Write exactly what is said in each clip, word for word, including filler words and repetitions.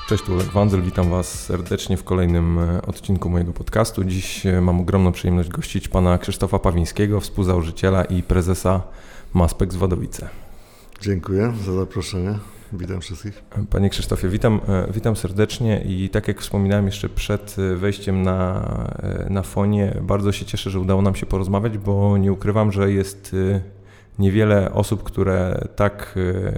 Cześć, tu Olek Wandzel, witam Was serdecznie w kolejnym odcinku mojego podcastu. Dziś mam ogromną przyjemność gościć pana Krzysztofa Pawińskiego, współzałożyciela i prezesa Maspex Wadowice. Dziękuję za zaproszenie. Witam wszystkich. Panie Krzysztofie, witam, witam serdecznie i tak jak wspominałem jeszcze przed wejściem na, na fonie, bardzo się cieszę, że udało nam się porozmawiać, bo nie ukrywam, że jest niewiele osób, które tak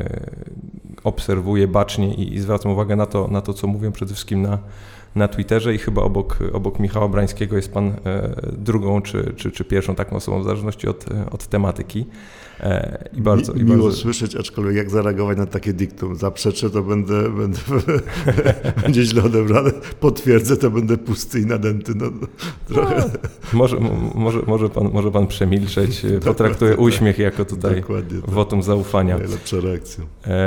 obserwuję bacznie i, i zwracam uwagę na to, na to, co mówią przede wszystkim na, na Twitterze i chyba obok, obok Michała Brańskiego jest pan drugą czy, czy, czy pierwszą taką osobą, w zależności od, od tematyki. I bardzo, Mi, i miło bardzo... słyszeć, aczkolwiek jak zareagować na takie diktum. Zaprzeczę, to będę, będę będzie źle odebrane. Potwierdzę, to będę pusty i nadęty. No, trochę. No, może, może, może, pan, może pan przemilczeć. Potraktuję uśmiech jako tutaj wotum zaufania. Najlepsza reakcja.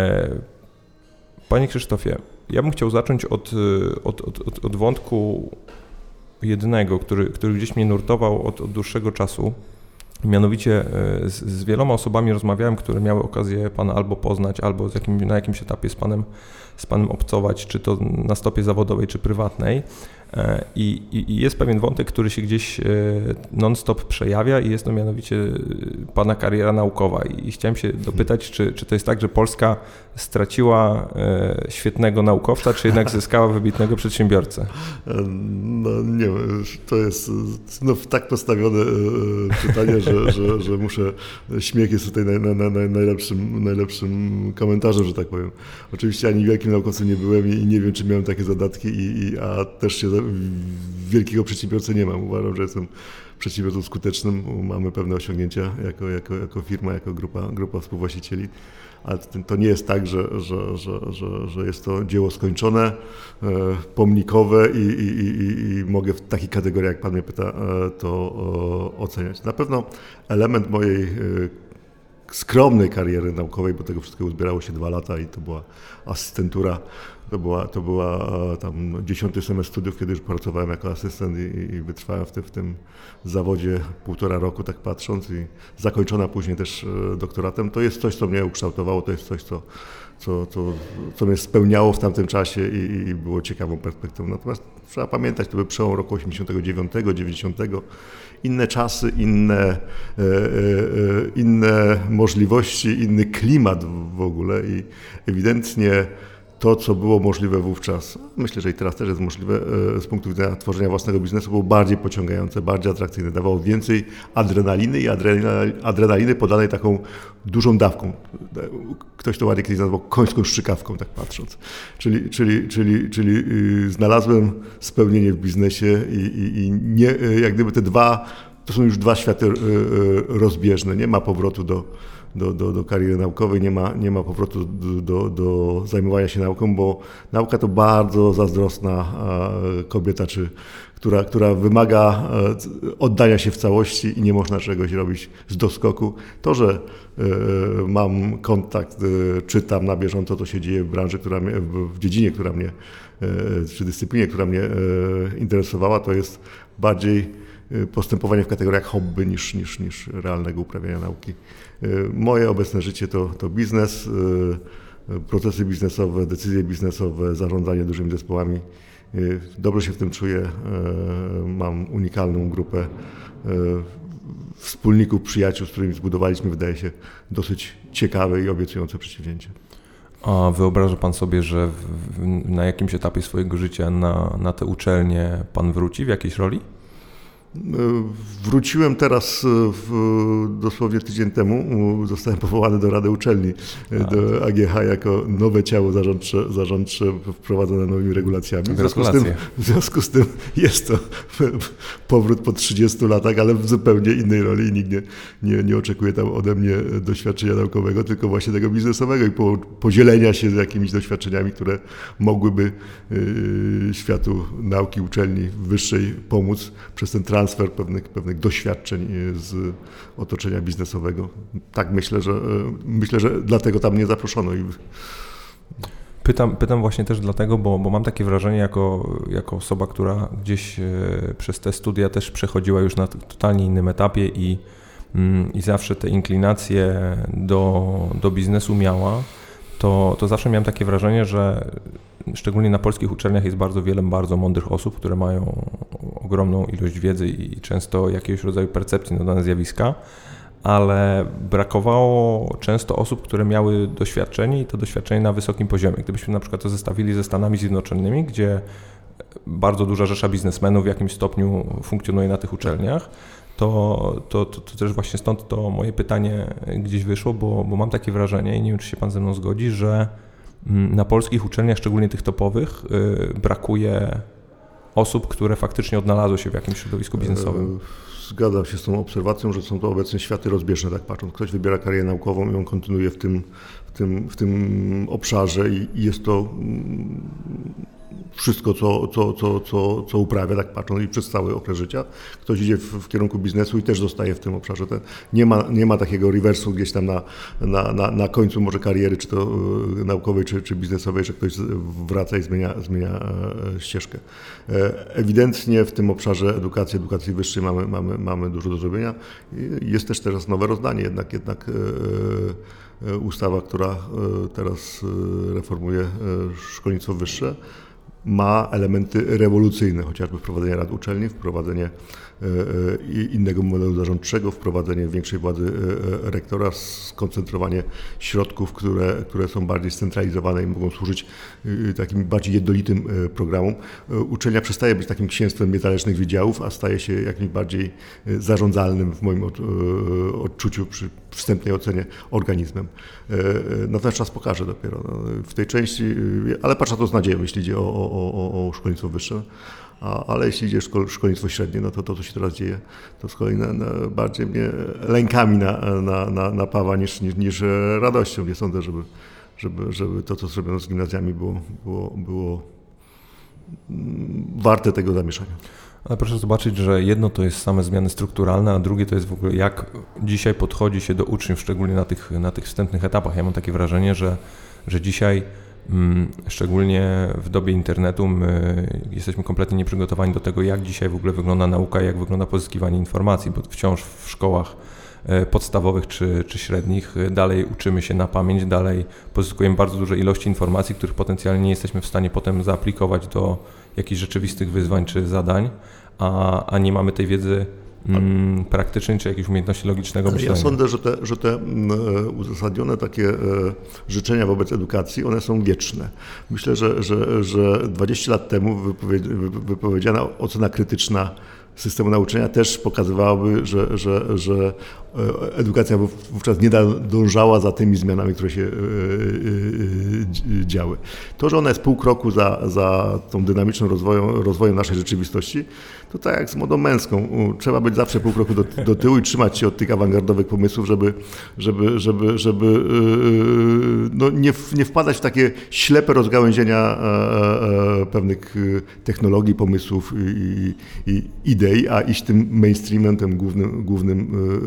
Panie Krzysztofie, ja bym chciał zacząć od, od, od, od wątku jednego, który, który gdzieś mnie nurtował od, od dłuższego czasu. Mianowicie z, z wieloma osobami rozmawiałem, które miały okazję pana albo poznać, albo z jakim, na jakimś etapie z panem, z panem obcować, czy to na stopie zawodowej, czy prywatnej. I, i, i jest pewien wątek, który się gdzieś non-stop przejawia i jest to mianowicie pana kariera naukowa. I chciałem się dopytać, czy, czy to jest tak, że Polska straciła świetnego naukowca, czy jednak zyskała wybitnego przedsiębiorcę? No nie wiem, to jest no, tak postawione pytanie, że, że, że muszę, śmiech jest tutaj naj, naj, naj, najlepszym, najlepszym komentarzem, że tak powiem. Oczywiście ani wielkim naukowcem nie byłem i nie wiem, czy miałem takie zadatki, i, i, a też się wielkiego przedsiębiorcy nie mam. Uważam, że jestem przedsiębiorcą skutecznym, mamy pewne osiągnięcia jako, jako, jako firma, jako grupa, grupa współwłaścicieli, ale to nie jest tak, że, że, że, że, że jest to dzieło skończone, pomnikowe i, i, i, i mogę w takich kategoriach, jak pan mnie pyta, to oceniać. Na pewno element mojej skromnej kariery naukowej, bo tego wszystkiego uzbierało się dwa lata i to była asystentura. To była, to była tam dziesiąty semestr studiów, kiedy już pracowałem jako asystent i, i wytrwałem w tym, w tym zawodzie półtora roku, tak patrząc, i zakończona później też doktoratem. To jest coś, co mnie ukształtowało, to jest coś, co, co, co, co mnie spełniało w tamtym czasie i, i było ciekawą perspektywą. Natomiast trzeba pamiętać, to był przełom roku osiemdziesiątego dziewiątego, dziewięćdziesiątego. Inne czasy, inne, e, e, inne możliwości, inny klimat w ogóle i ewidentnie to, co było możliwe wówczas, myślę, że i teraz też jest możliwe z punktu widzenia tworzenia własnego biznesu, było bardziej pociągające, bardziej atrakcyjne, dawało więcej adrenaliny i adrenaliny podanej taką dużą dawką. Ktoś to ładnie kiedyś nazwał końską strzykawką, tak patrząc. Czyli, czyli, czyli, czyli znalazłem spełnienie w biznesie i, i, i nie, jak gdyby te dwa, to są już dwa światy rozbieżne, nie ma powrotu do Do, do, do kariery naukowej, nie ma, nie ma powrotu do, do, do zajmowania się nauką, bo nauka to bardzo zazdrosna kobieta, czy, która, która wymaga oddania się w całości i nie można czegoś robić z doskoku. To, że mam kontakt, czytam na bieżąco, co się dzieje w branży, która mnie, w dziedzinie, która mnie, czy dyscyplinie, która mnie interesowała, to jest bardziej postępowanie w kategoriach hobby niż, niż, niż realnego uprawiania nauki. Moje obecne życie to, to biznes, procesy biznesowe, decyzje biznesowe, zarządzanie dużymi zespołami. Dobrze się w tym czuję. Mam unikalną grupę wspólników, przyjaciół, z którymi zbudowaliśmy, wydaje się, dosyć ciekawe i obiecujące przedsięwzięcie. A wyobraża pan sobie, że w, na jakimś etapie swojego życia na, na tę uczelnię pan wróci w jakiejś roli? Wróciłem teraz w, dosłownie tydzień temu, zostałem powołany do Rady Uczelni, A. do A G H jako nowe ciało zarządcze, zarządcze wprowadzone nowymi regulacjami. W związku, z tym, w związku z tym jest to powrót po trzydziestu latach, ale w zupełnie innej roli i nikt nie, nie, nie oczekuje tam ode mnie doświadczenia naukowego, tylko właśnie tego biznesowego i po, podzielenia się z jakimiś doświadczeniami, które mogłyby y, światu nauki, uczelni wyższej pomóc przez ten transfer transfer pewnych, pewnych doświadczeń z otoczenia biznesowego. Tak myślę, że myślę, że dlatego tam mnie zaproszono. I... Pytam, pytam właśnie też dlatego, bo, bo mam takie wrażenie jako, jako osoba, która gdzieś przez te studia też przechodziła już na totalnie innym etapie i, i zawsze te inklinacje do, do biznesu miała, to, to zawsze miałem takie wrażenie, że szczególnie na polskich uczelniach jest bardzo wiele bardzo mądrych osób, które mają ogromną ilość wiedzy i często jakiegoś rodzaju percepcji na dane zjawiska, ale brakowało często osób, które miały doświadczenie i to doświadczenie na wysokim poziomie. Gdybyśmy na przykład to zestawili ze Stanami Zjednoczonymi, gdzie bardzo duża rzesza biznesmenów w jakimś stopniu funkcjonuje na tych uczelniach, to, to, to, to też właśnie stąd to moje pytanie gdzieś wyszło, bo, bo mam takie wrażenie i nie wiem, czy się Pan ze mną zgodzi, że na polskich uczelniach, szczególnie tych topowych, brakuje osób, które faktycznie odnalazły się w jakimś środowisku biznesowym. Zgadzam się z tą obserwacją, że są to obecnie światy rozbieżne, tak patrząc. Ktoś wybiera karierę naukową i on kontynuuje w tym, w tym, w tym obszarze i, i jest to wszystko, co, co, co, co, co uprawia, tak patrząc, i przez cały okres życia. Ktoś idzie w, w kierunku biznesu i też zostaje w tym obszarze. Ten, nie ma, nie ma takiego rewersu gdzieś tam na, na, na, na końcu może kariery, czy to y, naukowej, czy, czy biznesowej, że ktoś wraca i zmienia, zmienia e, ścieżkę. E, ewidentnie w tym obszarze edukacji, edukacji wyższej mamy, mamy, mamy dużo do zrobienia. Jest też teraz nowe rozdanie, jednak, jednak e, e, ustawa, która e, teraz e, reformuje e, szkolnictwo wyższe, ma elementy rewolucyjne, chociażby wprowadzenie rad uczelni, wprowadzenie innego modelu zarządczego, wprowadzenie większej władzy rektora, skoncentrowanie środków, które, które są bardziej scentralizowane i mogą służyć takim bardziej jednolitym programom. Uczelnia przestaje być takim księstwem niezależnych wydziałów, a staje się jakimś bardziej zarządzalnym w moim odczuciu przy wstępnej ocenie organizmem. Natomiast czas pokaże dopiero w tej części, ale patrzę to z nadzieją, jeśli idzie o, o, o, o szkolnictwo wyższe. A, ale jeśli idzie o szkolnictwo średnie, no to to, co się teraz dzieje, to z kolei na, na bardziej mnie lękami na, na, na, napawa niż, niż, niż radością. Nie sądzę, żeby, żeby, żeby to, co zrobiono z gimnazjami, było, było, było warte tego zamieszania. Ale proszę zobaczyć, że jedno to jest same zmiany strukturalne, a drugie to jest w ogóle jak dzisiaj podchodzi się do uczniów, szczególnie na tych, na tych wstępnych etapach. Ja mam takie wrażenie, że, że dzisiaj szczególnie w dobie internetu my jesteśmy kompletnie nieprzygotowani do tego, jak dzisiaj w ogóle wygląda nauka, jak wygląda pozyskiwanie informacji, bo wciąż w szkołach podstawowych czy, czy średnich dalej uczymy się na pamięć, dalej pozyskujemy bardzo duże ilości informacji, których potencjalnie nie jesteśmy w stanie potem zaaplikować do jakichś rzeczywistych wyzwań czy zadań, a, a nie mamy tej wiedzy Mm, praktycznej czy jakiejś umiejętności logicznego Ale myślenia. Ja sądzę, że te, że te uzasadnione takie e, życzenia wobec edukacji, one są wieczne. Myślę, że, że, że dwadzieścia lat temu wypowiedz, wypowiedziana ocena krytyczna systemu nauczania też pokazywałaby, że, że, że edukacja wówczas nie nadążała za tymi zmianami, które się działy. To, że ona jest pół kroku za, za tą dynamiczną rozwojem, rozwojem naszej rzeczywistości, to tak jak z modą męską. Trzeba być zawsze pół kroku do, do tyłu i trzymać się od tych awangardowych pomysłów, żeby, żeby, żeby, żeby no nie, nie wpadać w takie ślepe rozgałęzienia pewnych technologii, pomysłów i, i idei, a iść tym mainstreamem, tym głównym, głównym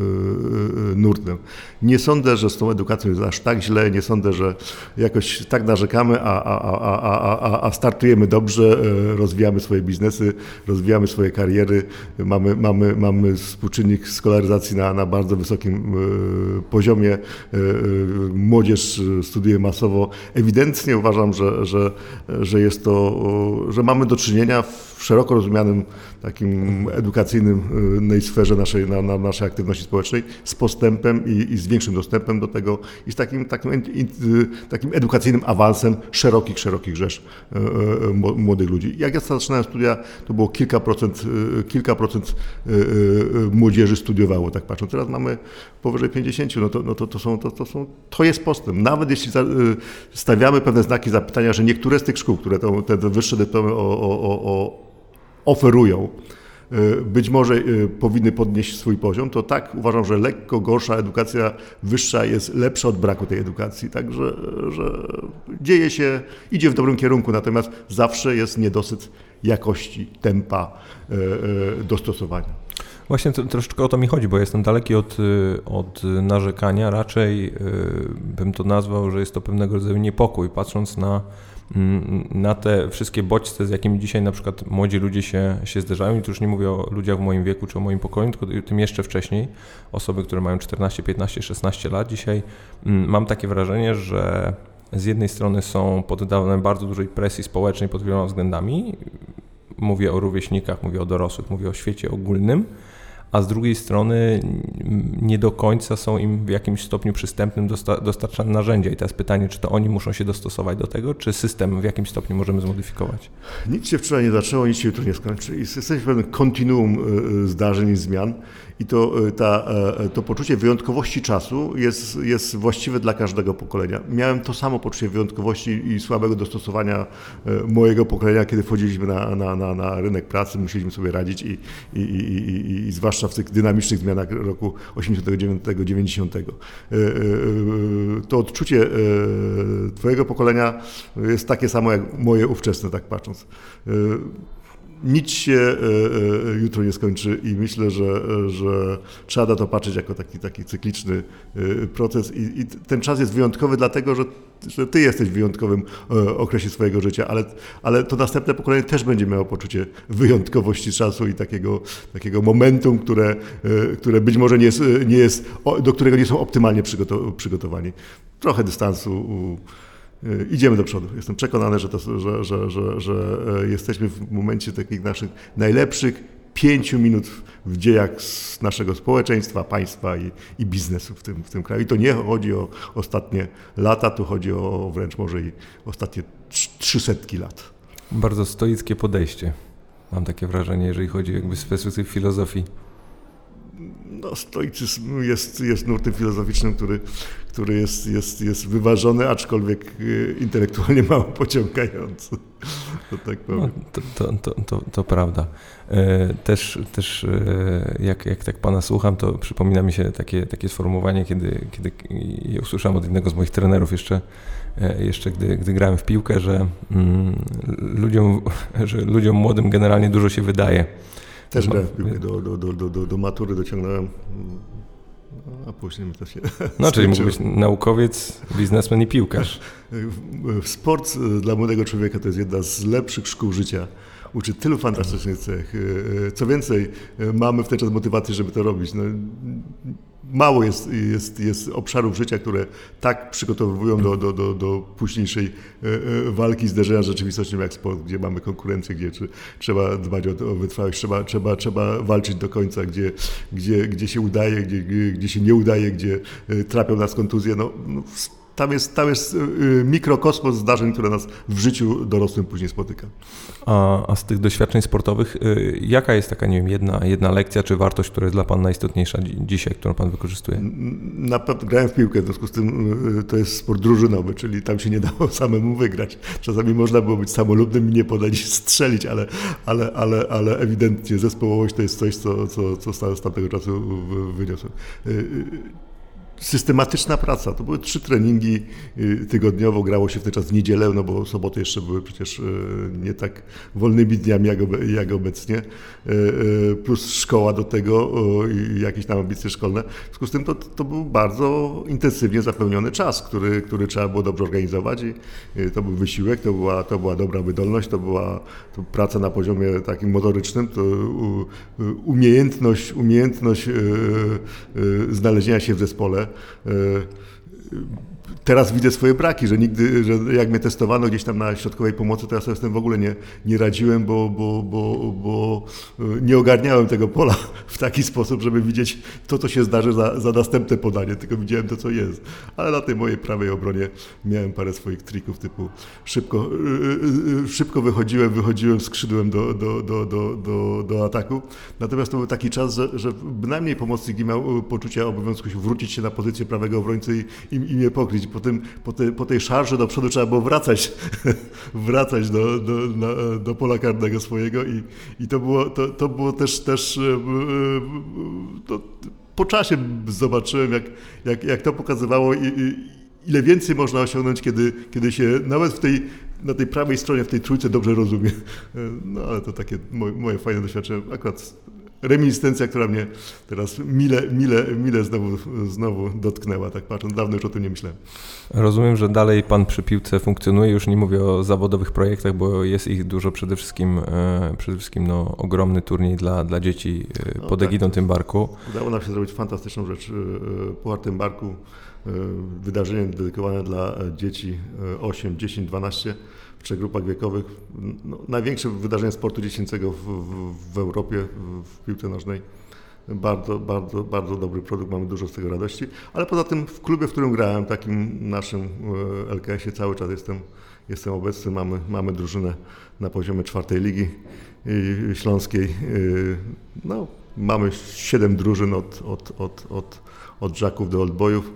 nurtem. Nie sądzę, że z tą edukacją jest aż tak źle, nie sądzę, że jakoś tak narzekamy, a, a, a, a, a, a startujemy dobrze, rozwijamy swoje biznesy, rozwijamy swoje kariery, mamy, mamy, mamy współczynnik skolaryzacji na, na bardzo wysokim poziomie, młodzież studiuje masowo. Ewidentnie uważam, że, że, że jest to, że mamy do czynienia w szeroko rozumianym takim edukacyjnej sferze naszej, na, na naszej aktywności społecznej z postępem i, i z większym dostępem do tego i z takim, takim, takim edukacyjnym awansem szerokich, szerokich rzesz młodych ludzi. Jak ja zaczynałem studia, to było kilka procent, kilka procent młodzieży studiowało, tak patrząc. Teraz mamy powyżej pięćdziesiąt, no to, no to, to, są, to, to, są, to jest postęp. Nawet jeśli stawiamy pewne znaki zapytania, że niektóre z tych szkół, które to, te wyższe dyplomy o, o, o, oferują, być może powinny podnieść swój poziom, to tak uważam, że lekko gorsza edukacja wyższa jest lepsza od braku tej edukacji. Także że dzieje się, idzie w dobrym kierunku, natomiast zawsze jest niedosyt jakości, tempa, dostosowania. Właśnie to, troszeczkę o to mi chodzi, bo jestem daleki od, od narzekania, raczej bym to nazwał, że jest to pewnego rodzaju niepokój, patrząc na na te wszystkie bodźce, z jakimi dzisiaj na przykład młodzi ludzie się, się zderzają i tu już nie mówię o ludziach w moim wieku czy o moim pokoleniu, tylko tym jeszcze wcześniej, osoby, które mają czternaście, piętnaście, szesnaście lat, dzisiaj mam takie wrażenie, że z jednej strony są poddawane bardzo dużej presji społecznej pod wieloma względami. Mówię o rówieśnikach, mówię o dorosłych, mówię o świecie ogólnym, a z drugiej strony nie do końca są im w jakimś stopniu przystępnym dosta- dostarczane narzędzia. I teraz pytanie, czy to oni muszą się dostosować do tego, czy system w jakimś stopniu możemy zmodyfikować? Nic się wczoraj nie zaczęło, nic się jutro nie skończy. I jesteśmy w pewnym kontinuum zdarzeń i zmian. I to, ta, to poczucie wyjątkowości czasu jest, jest właściwe dla każdego pokolenia. Miałem to samo poczucie wyjątkowości i słabego dostosowania mojego pokolenia, kiedy wchodziliśmy na, na, na, na rynek pracy, musieliśmy sobie radzić i, i, i, i, i zwłaszcza w tych dynamicznych zmianach roku osiemdziesiątego dziewiątego dziewięćdziesiątego. To odczucie twojego pokolenia jest takie samo jak moje ówczesne, tak patrząc. Nic się jutro nie skończy i myślę, że, że trzeba na to patrzeć jako taki, taki cykliczny proces i, i ten czas jest wyjątkowy dlatego, że, że ty jesteś w wyjątkowym okresie swojego życia, ale, ale to następne pokolenie też będzie miało poczucie wyjątkowości czasu i takiego, takiego momentum, które, które być może nie jest, nie jest, do którego nie są optymalnie przygotowani. Trochę dystansu. Idziemy do przodu. Jestem przekonany, że, to, że, że, że, że jesteśmy w momencie takich naszych najlepszych pięciu minut w dziejach naszego społeczeństwa, państwa i, i biznesu w tym, w tym kraju. I to nie chodzi o ostatnie lata, tu chodzi o wręcz może i ostatnie trzysetki lat. Bardzo stoickie podejście. Mam takie wrażenie, jeżeli chodzi jakby z perspektywy filozofii. No, stoicyzm jest, jest nurtem filozoficznym, który, który jest, jest, jest wyważony, aczkolwiek intelektualnie mało pociągający. To, tak powiem. No, to, to, to, to, to prawda. Też, też jak, jak tak pana słucham, to przypomina mi się takie, takie sformułowanie, kiedy, kiedy ja usłyszałem od jednego z moich trenerów jeszcze, jeszcze gdy, gdy grałem w piłkę, że, mm, ludziom, że ludziom młodym generalnie dużo się wydaje. Też grałem w piłkę, do, do, do, do, do matury dociągnąłem, a później mi to się No, czyli mógł być naukowiec, biznesmen i piłkarz. Sport dla młodego człowieka to jest jedna z lepszych szkół życia. Uczy tylu fantastycznych cech. Co więcej, mamy w ten czas motywację, żeby to robić. No, mało jest, jest, jest obszarów życia, które tak przygotowują do, do, do, do późniejszej walki, zderzenia z rzeczywistością jak sport, gdzie mamy konkurencję, gdzie trzeba dbać o, o wytrwałość, trzeba, trzeba, trzeba walczyć do końca, gdzie, gdzie, gdzie się udaje, gdzie, gdzie się nie udaje, gdzie trapią nas kontuzje. No, no, Tam jest, tam jest mikrokosmos zdarzeń, które nas w życiu dorosłym później spotyka. A, a z tych doświadczeń sportowych, jaka jest taka, nie wiem, jedna, jedna lekcja czy wartość, która jest dla Pana najistotniejsza dzisiaj, którą Pan wykorzystuje? Na pewno grałem w piłkę, w związku z tym to jest sport drużynowy, czyli tam się nie dało samemu wygrać. Czasami można było być samolubnym i nie podać strzelić, ale, ale, ale, ale ewidentnie zespołowość to jest coś, co, co, co z tamtego czasu wyniosłem. Systematyczna praca. To były trzy treningi tygodniowo, grało się w ten czas w niedzielę, no bo soboty jeszcze były przecież nie tak wolnymi dniami jak, obe, jak obecnie, plus szkoła do tego i jakieś tam ambicje szkolne. W związku z tym to, to był bardzo intensywnie zapełniony czas, który, który trzeba było dobrze organizować i to był wysiłek, to była, to była dobra wydolność, to była to praca na poziomie takim motorycznym, to umiejętność, umiejętność znalezienia się w zespole. Teraz widzę swoje braki, że nigdy, że jak mnie testowano gdzieś tam na środkowej pomocy, to ja sobie z tym w ogóle nie, nie radziłem, bo, bo, bo, bo nie ogarniałem tego pola w taki sposób, żeby widzieć to, co się zdarzy za, za następne podanie, tylko widziałem to, co jest. Ale na tej mojej prawej obronie miałem parę swoich trików typu szybko, szybko wychodziłem, wychodziłem skrzydłem do, do, do, do, do, do ataku. Natomiast to był taki czas, że, że bynajmniej pomocnik nie miał poczucia obowiązku się wrócić się na pozycję prawego obrońcy i, i, i mnie pokryć. Po, tym, po, te, po tej szarży do przodu trzeba było wracać, wracać do, do, na, do pola karnego swojego i, i to, było, to, to było też, też to, po czasie zobaczyłem, jak, jak, jak to pokazywało i, i ile więcej można osiągnąć, kiedy, kiedy się nawet w tej, na tej prawej stronie, w tej trójce dobrze rozumie. No ale to takie moje, moje fajne doświadczenie. Akurat reminiscencja, która mnie teraz mile, mile, mile znowu, znowu dotknęła, tak patrząc, dawno już o tym nie myślałem. Rozumiem, że dalej Pan przy piłce funkcjonuje, już nie mówię o zawodowych projektach, bo jest ich dużo, przede wszystkim, przede wszystkim no, ogromny turniej dla, dla dzieci pod egidą no, tak, Tymbarku. Udało nam się zrobić fantastyczną rzecz. Puchar Tymbarku wydarzenie dedykowane dla dzieci osiem, dziesięć, dwanaście w trzech grupach wiekowych. No, największe wydarzenie sportu dziecięcego w, w, w Europie w piłce nożnej. Bardzo, bardzo, bardzo dobry produkt, mamy dużo z tego radości, ale poza tym w klubie, w którym grałem, takim naszym L K S-ie cały czas jestem, jestem obecny, mamy, mamy drużynę na poziomie czwartej ligi śląskiej. No, mamy siedem drużyn od, od, od, od, od żaków do oldboyów.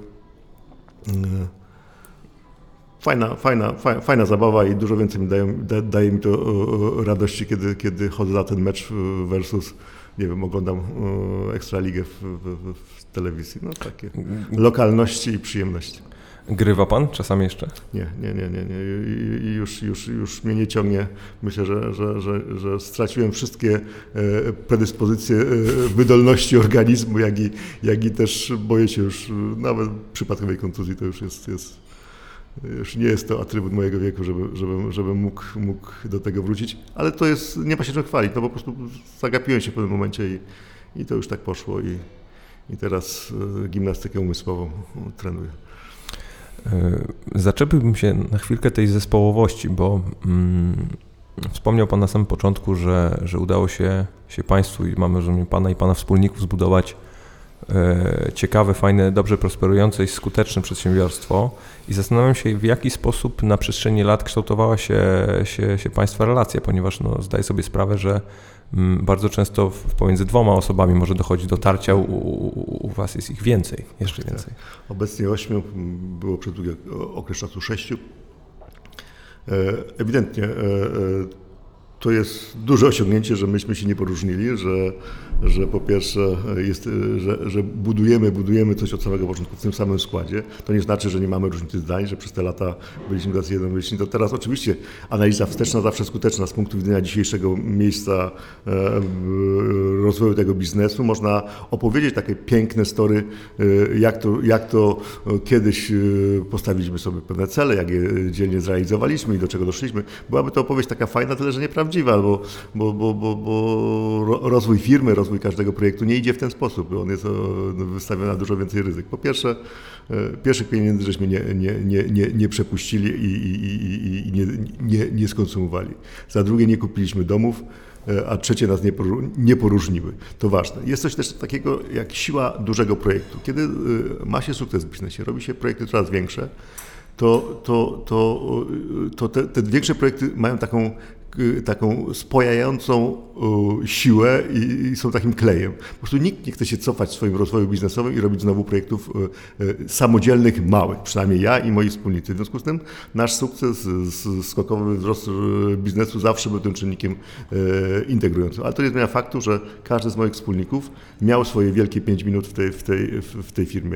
Fajna, fajna, fajna, fajna zabawa i dużo więcej mi daje, daje mi to radości, kiedy, kiedy chodzę na ten mecz versus, nie wiem, oglądam Ekstraligę w, w, w telewizji. No takie lokalności i przyjemności. Grywa pan czasami jeszcze? Nie, nie, nie, nie, nie. I, i już, już, już mnie nie ciągnie. Myślę, że, że, że, że straciłem wszystkie predyspozycje wydolności organizmu, jak i, jak i też boję się już nawet przypadkowej kontuzji, to już jest, jest już nie jest to atrybut mojego wieku, żeby, żeby, żeby mógł, mógł do tego wrócić, ale to jest, nie ma się czym chwalić, no po prostu zagapiłem się w pewnym momencie i, i to już tak poszło i, i teraz gimnastykę umysłową trenuję. Zaczepiłbym się na chwilkę tej zespołowości, bo mm, wspomniał pan na samym początku, że, że udało się, się państwu i mamy rozumiem pana i pana wspólników zbudować e, ciekawe, fajne, dobrze prosperujące i skuteczne przedsiębiorstwo i zastanawiam się, w jaki sposób na przestrzeni lat kształtowała się, się, się państwa relacja, ponieważ no, zdaję sobie sprawę, że mm, bardzo często w, pomiędzy dwoma osobami może dochodzić do tarcia, u, u, u was jest ich więcej, jeszcze więcej. Obecnie ośmiu, było przez długi okres czasu sześciu. Ewidentnie to jest duże osiągnięcie, że myśmy się nie poróżnili, że, że po pierwsze jest, że, że budujemy, budujemy coś od samego początku w tym samym składzie. To nie znaczy, że nie mamy różnicy zdań, że przez te lata byliśmy tacy jednomyślni. To teraz oczywiście analiza wsteczna zawsze skuteczna z punktu widzenia dzisiejszego miejsca rozwoju tego biznesu. Można opowiedzieć takie piękne story, jak to, jak to kiedyś postawiliśmy sobie pewne cele, jak je dzielnie zrealizowaliśmy i do czego doszliśmy. Byłaby to opowieść taka fajna, tyle że nieprawdziwa. Bo, bo, bo, bo, bo rozwój firmy, rozwój każdego projektu nie idzie w ten sposób. On jest wystawiony na dużo więcej ryzyk. Po pierwsze, pierwszych pieniędzy żeśmy nie, nie, nie, nie, nie przepuścili i, i, i, i nie, nie, nie skonsumowali. Za drugie, nie kupiliśmy domów, a trzecie nas nie, nie poróżniły. To ważne. Jest coś też takiego jak siła dużego projektu. Kiedy ma się sukces w biznesie, robi się projekty coraz większe, to, to, to, to te, te większe projekty mają taką taką spojającą siłę i są takim klejem. Po prostu nikt nie chce się cofać w swoim rozwoju biznesowym i robić znowu projektów samodzielnych, małych, przynajmniej ja i moi wspólnicy. W związku z tym nasz sukces, skokowy wzrost biznesu zawsze był tym czynnikiem integrującym. Ale to nie zmienia faktu, że każdy z moich wspólników miał swoje wielkie pięć minut w tej, w tej, w tej firmie.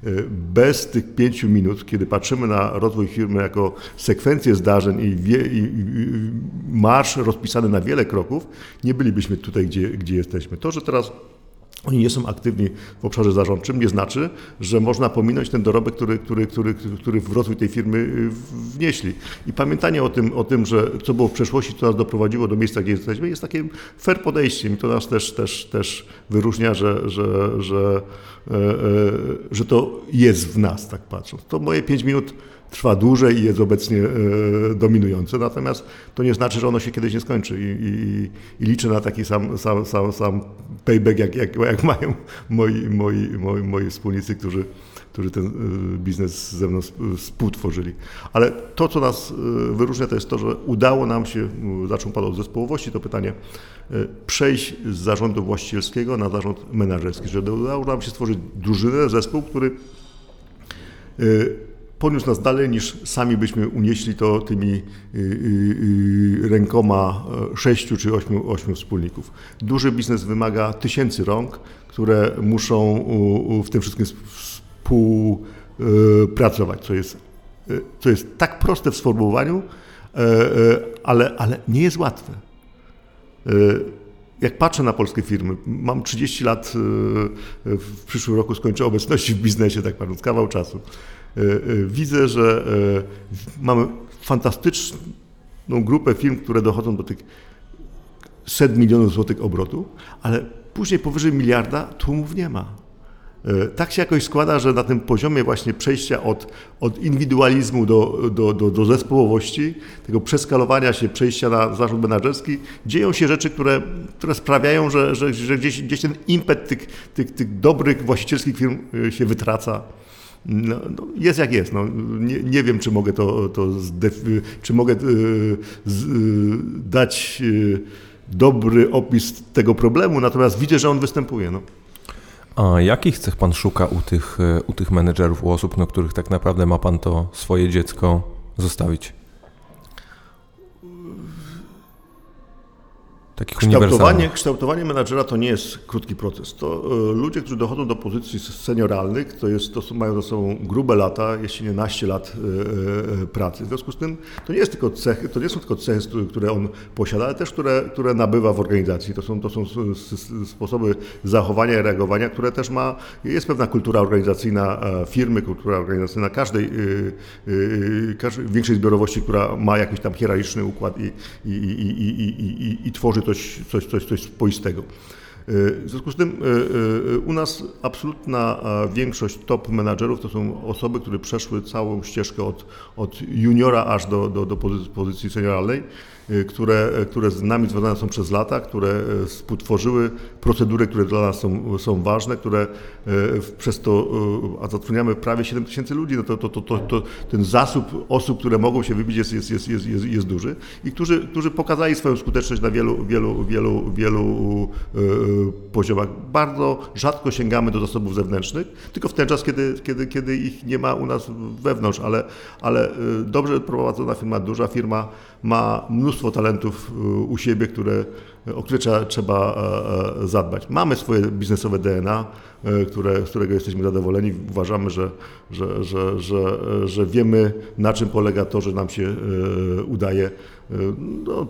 Bez tych pięciu minut, kiedy patrzymy na rozwój firmy jako sekwencję zdarzeń i, wie, i, i marsz rozpisany na wiele kroków, nie bylibyśmy tutaj, gdzie, gdzie jesteśmy. To, że teraz oni nie są aktywni w obszarze zarządczym, nie znaczy, że można pominąć ten dorobek, który, który, który, który w rozwój tej firmy wnieśli. I pamiętanie o tym, o tym, że co było w przeszłości, co nas doprowadziło do miejsca, gdzie jesteśmy, jest takim fair podejściem i to nas też, też, też wyróżnia, że, że, że, e, e, że to jest w nas, tak patrząc. To moje pięć minut trwa dłużej i jest obecnie e, dominujące, natomiast to nie znaczy, że ono się kiedyś nie skończy i, i, i liczę na taki sam, sam, sam, sam payback, jak, jak, jak mają moi, moi, moi, moi wspólnicy, którzy, którzy ten biznes ze mną współtworzyli. Ale to, co nas wyróżnia, to jest to, że udało nam się, zaczął Pan od zespołowości, to pytanie, przejść z zarządu właścicielskiego na zarząd menedżerski, że udało nam się stworzyć drużynę, zespół, który poniósł nas dalej, niż sami byśmy unieśli to tymi rękoma sześciu czy ośmiu, ośmiu wspólników. Duży biznes wymaga tysięcy rąk, które muszą w tym wszystkim współpracować, co jest, co jest tak proste w sformułowaniu, ale, ale nie jest łatwe. Jak patrzę na polskie firmy, mam trzydzieści lat, w przyszłym roku skończę obecności w biznesie, tak patrząc, kawał czasu. Widzę, że mamy fantastyczną grupę firm, które dochodzą do tych set milionów złotych obrotu, ale później powyżej miliarda tłumów nie ma. Tak się jakoś składa, że na tym poziomie właśnie przejścia od, od indywidualizmu do, do, do, do zespołowości, tego przeskalowania się, przejścia na zarząd menedżerski, dzieją się rzeczy, które, które sprawiają, że, że, że gdzieś, gdzieś ten impet tych, tych, tych dobrych właścicielskich firm się wytraca. No, no jest jak jest. No, nie, nie wiem, czy mogę to, to zdef- czy mogę y, z, y, dać y, dobry opis tego problemu, natomiast widzę, że on występuje. No. A jakich cech pan szuka u tych, u tych menedżerów, u osób, na których tak naprawdę ma pan to swoje dziecko zostawić? Takich Kształtowanie, kształtowanie menadżera to nie jest krótki proces. To y, ludzie, którzy dochodzą do pozycji senioralnych, to, jest, to są, mają za sobą grube lata, jeśli nie naście lat y, y, pracy. W związku z tym to nie, jest tylko cechy, to nie są tylko cechy, które on posiada, ale też które, które nabywa w organizacji. To są, to są sposoby zachowania i reagowania, które też ma, jest pewna kultura organizacyjna firmy, kultura organizacyjna każdej, y, y, każdej większej zbiorowości, która ma jakiś tam hierarchiczny układ i, i, i, i, i, i, i tworzy Coś, coś, coś, coś swoistego. W związku z tym u nas absolutna większość top menadżerów to są osoby, które przeszły całą ścieżkę od, od juniora aż do, do, do pozycji, pozycji senioralnej, które, które z nami związane są przez lata, które współtworzyły procedury, które dla nas są, są ważne, które przez to, a zatrudniamy prawie siedem tysięcy ludzi, no to, to, to, to, to ten zasób osób, które mogą się wybić jest, jest, jest, jest, jest, jest duży i którzy, którzy pokazali swoją skuteczność na wielu, wielu, wielu, wielu poziomach. Bardzo rzadko sięgamy do zasobów zewnętrznych, tylko w ten czas, kiedy, kiedy, kiedy ich nie ma u nas wewnątrz, ale, ale dobrze prowadzona firma, duża firma ma mnóstwo talentów u siebie, które, o które trzeba, trzeba zadbać. Mamy swoje biznesowe D N A, które, z którego jesteśmy zadowoleni. Uważamy, że, że, że, że, że wiemy, na czym polega to, że nam się udaje. No,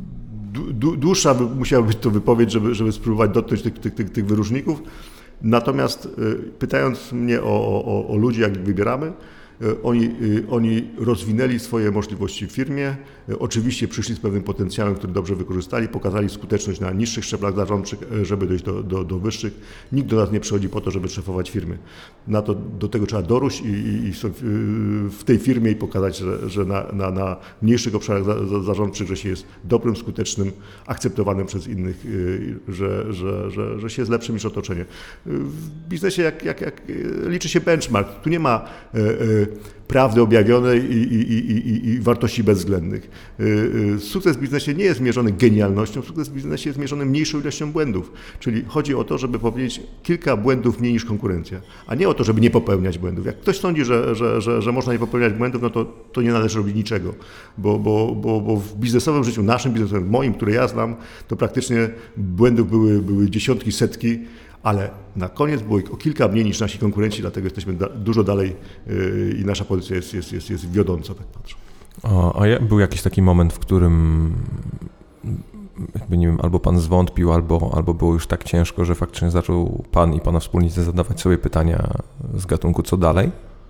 dłuższa musiała być to wypowiedź, żeby, żeby spróbować dotknąć tych, tych, tych, tych wyróżników. Natomiast pytając mnie o, o, o ludzi, jak ich wybieramy, Oni, oni rozwinęli swoje możliwości w firmie, oczywiście przyszli z pewnym potencjałem, który dobrze wykorzystali, pokazali skuteczność na niższych szczeblach zarządczych, żeby dojść do, do, do wyższych. Nikt do nas nie przychodzi po to, żeby szefować firmy. Na to, do tego trzeba dorósł i, i, i w tej firmie i pokazać, że, że na, na, na mniejszych obszarach za, za, zarządczych, że się jest dobrym, skutecznym, akceptowanym przez innych, że, że, że, że się jest lepszym niż otoczenie. W biznesie jak, jak, jak liczy się benchmark. Tu nie ma prawdy objawionej i, i, i, i wartości bezwzględnych. Sukces w biznesie nie jest mierzony genialnością, sukces w biznesie jest mierzony mniejszą ilością błędów. Czyli chodzi o to, żeby popełnić kilka błędów mniej niż konkurencja, a nie o to, żeby nie popełniać błędów. Jak ktoś sądzi, że, że, że, że można nie popełniać błędów, no to, to nie należy robić niczego, bo, bo, bo, bo w biznesowym życiu, naszym biznesowym, moim, które ja znam, to praktycznie błędów były, były dziesiątki, setki, ale na koniec było ich o kilka mniej niż nasi konkurenci, dlatego jesteśmy da, dużo dalej yy, i nasza pozycja jest, jest, jest, jest wiodąca, tak patrzę. A, a był jakiś taki moment, w którym jakby nie wiem, albo pan zwątpił, albo, albo było już tak ciężko, że faktycznie zaczął pan i pana wspólnicy zadawać sobie pytania z gatunku co dalej?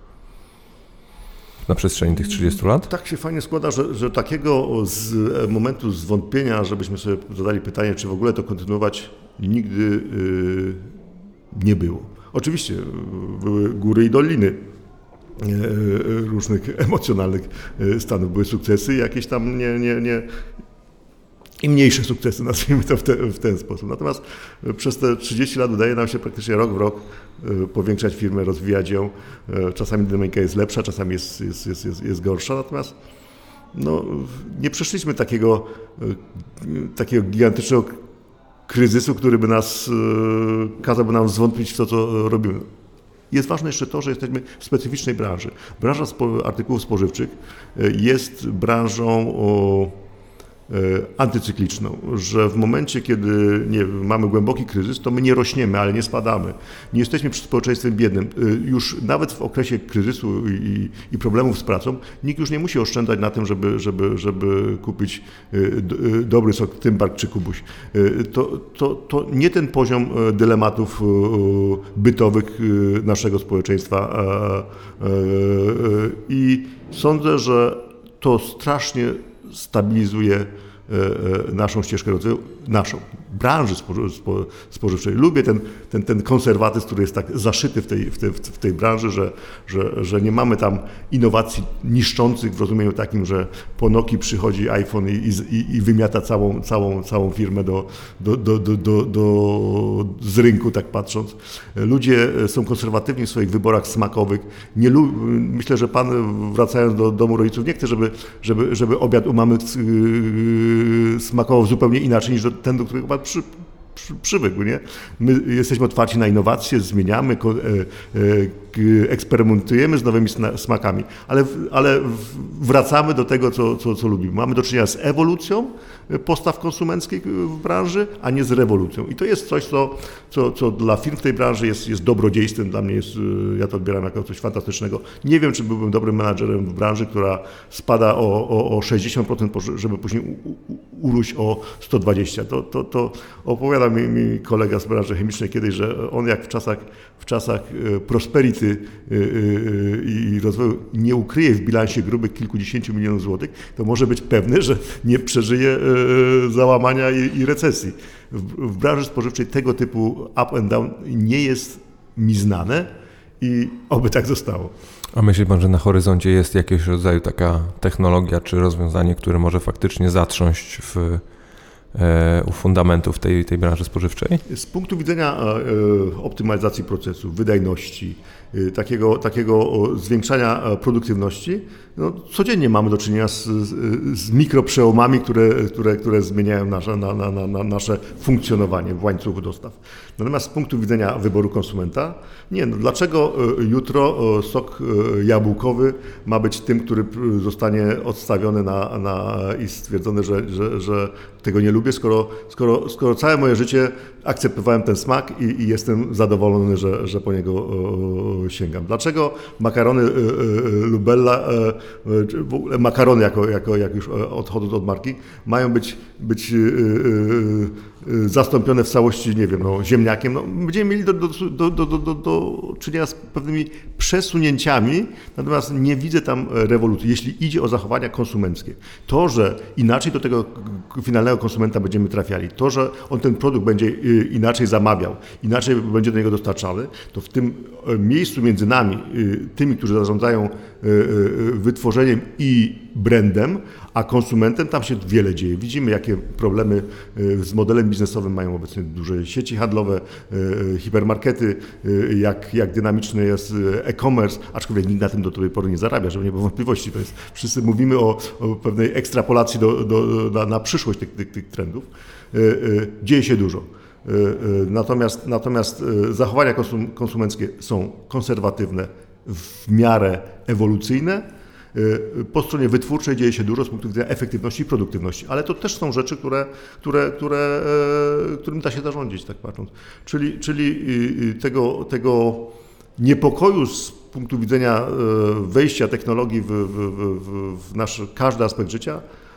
Na przestrzeni tych trzydziestu lat? Tak się fajnie składa, że, że takiego z momentu zwątpienia, żebyśmy sobie zadali pytanie, czy w ogóle to kontynuować, nigdy yy, nie było. Oczywiście były góry i doliny yy, różnych emocjonalnych stanów, były sukcesy, jakieś tam nie, nie, nie i mniejsze sukcesy, nazwijmy to w, te, w ten sposób. Natomiast przez te trzydzieści lat udaje nam się praktycznie rok w rok powiększać firmę, rozwijać ją. Czasami dynamika jest lepsza, czasami jest, jest, jest, jest, jest gorsza, natomiast no, nie przeszliśmy takiego, takiego gigantycznego kryzysu, który by nas kazałby nam zwątpić w to, co robimy. Jest ważne jeszcze to, że jesteśmy w specyficznej branży. Branża artykułów spożywczych jest branżą o antycykliczną, że w momencie, kiedy nie, mamy głęboki kryzys, to my nie rośniemy, ale nie spadamy. Nie jesteśmy społeczeństwem biednym. Już nawet w okresie kryzysu i, i problemów z pracą nikt już nie musi oszczędzać na tym, żeby, żeby, żeby kupić dobry sok Tymbark czy Kubuś. To, to, to nie ten poziom dylematów bytowych naszego społeczeństwa i sądzę, że to strasznie stabilizuje naszą ścieżkę rozwoju, naszą, branży spożywczej. Lubię ten, ten, ten konserwatyzm, który jest tak zaszyty w tej, w tej, w tej branży, że, że, że nie mamy tam innowacji niszczących w rozumieniu takim, że po Nokii przychodzi iPhone i, i, i wymiata całą, całą, całą firmę do, do, do, do, do, do, z rynku, tak patrząc. Ludzie są konserwatywni w swoich wyborach smakowych. Nie lu- Myślę, że pan, wracając do domu rodziców, nie chce, żeby, żeby, żeby obiad u mamy smakował zupełnie inaczej niż ten, do którego pan przy, przy, przywykł. Nie? My jesteśmy otwarci na innowacje, zmieniamy, eksperymentujemy z nowymi smakami, ale, ale wracamy do tego, co, co, co lubimy. Mamy do czynienia z ewolucją postaw konsumenckich w branży, a nie z rewolucją. I to jest coś, co, co, co dla firm w tej branży jest, jest dobrodziejstwem. Dla mnie jest, ja to odbieram jako coś fantastycznego. Nie wiem, czy byłbym dobrym menadżerem w branży, która spada o, o, o sześćdziesiąt procent, żeby później urósł o sto dwadzieścia procent. To, to, to opowiada mi, mi kolega z branży chemicznej kiedyś, że on jak w czasach, w czasach prosperity i rozwoju nie ukryje w bilansie grubych kilkudziesięciu milionów złotych, to może być pewny, że nie przeżyje załamania i, i recesji. W, w branży spożywczej tego typu up and down nie jest mi znane i oby tak zostało. A myśli pan, że na horyzoncie jest jakiegoś rodzaju taka technologia czy rozwiązanie, które może faktycznie zatrząść w, e, u fundamentów tej, tej branży spożywczej? Z punktu widzenia e, optymalizacji procesu, wydajności, e, takiego, takiego zwiększania produktywności, no, codziennie mamy do czynienia z, z, z mikroprzełomami, które, które, które zmieniają nasze, na, na, na nasze funkcjonowanie w łańcuchu dostaw. Natomiast z punktu widzenia wyboru konsumenta, nie, no dlaczego jutro sok jabłkowy ma być tym, który zostanie odstawiony na, na, i stwierdzone, że, że, że tego nie lubię, skoro, skoro, skoro całe moje życie akceptowałem ten smak i, i jestem zadowolony, że, że po niego sięgam. Dlaczego makarony Lubella, w ogóle makarony jako, jako jak już odchodzą od marki, mają być, być zastąpione w całości, nie wiem, no, ziemniakiem? No, będziemy mieli do, do, do, do, do, do czynienia z pewnymi przesunięciami, natomiast nie widzę tam rewolucji, jeśli idzie o zachowania konsumenckie. To, że inaczej do tego finalnego konsumenta będziemy trafiali, to, że on ten produkt będzie inaczej zamawiał, inaczej będzie do niego dostarczany, to w tym miejscu między nami, tymi, którzy zarządzają wytworzeniem i brandem, a konsumentem, tam się wiele dzieje. Widzimy, jakie problemy z modelem biznesowym mają obecnie duże sieci handlowe, hipermarkety, jak, jak dynamiczny jest e-commerce, aczkolwiek nikt na tym do tej pory nie zarabia, żeby nie było wątpliwości. To jest, wszyscy mówimy o, o pewnej ekstrapolacji do, do, na, na przyszłość tych, tych, tych trendów. Dzieje się dużo. Natomiast, natomiast zachowania konsum, konsumenckie są konserwatywne, w miarę ewolucyjne. Po stronie wytwórczej dzieje się dużo z punktu widzenia efektywności i produktywności, ale to też są rzeczy, które, które, które, którym da się zarządzić, tak patrząc. Czyli, czyli tego, tego niepokoju z punktu widzenia wejścia technologii w, w, w, w nasz każdy aspekt życia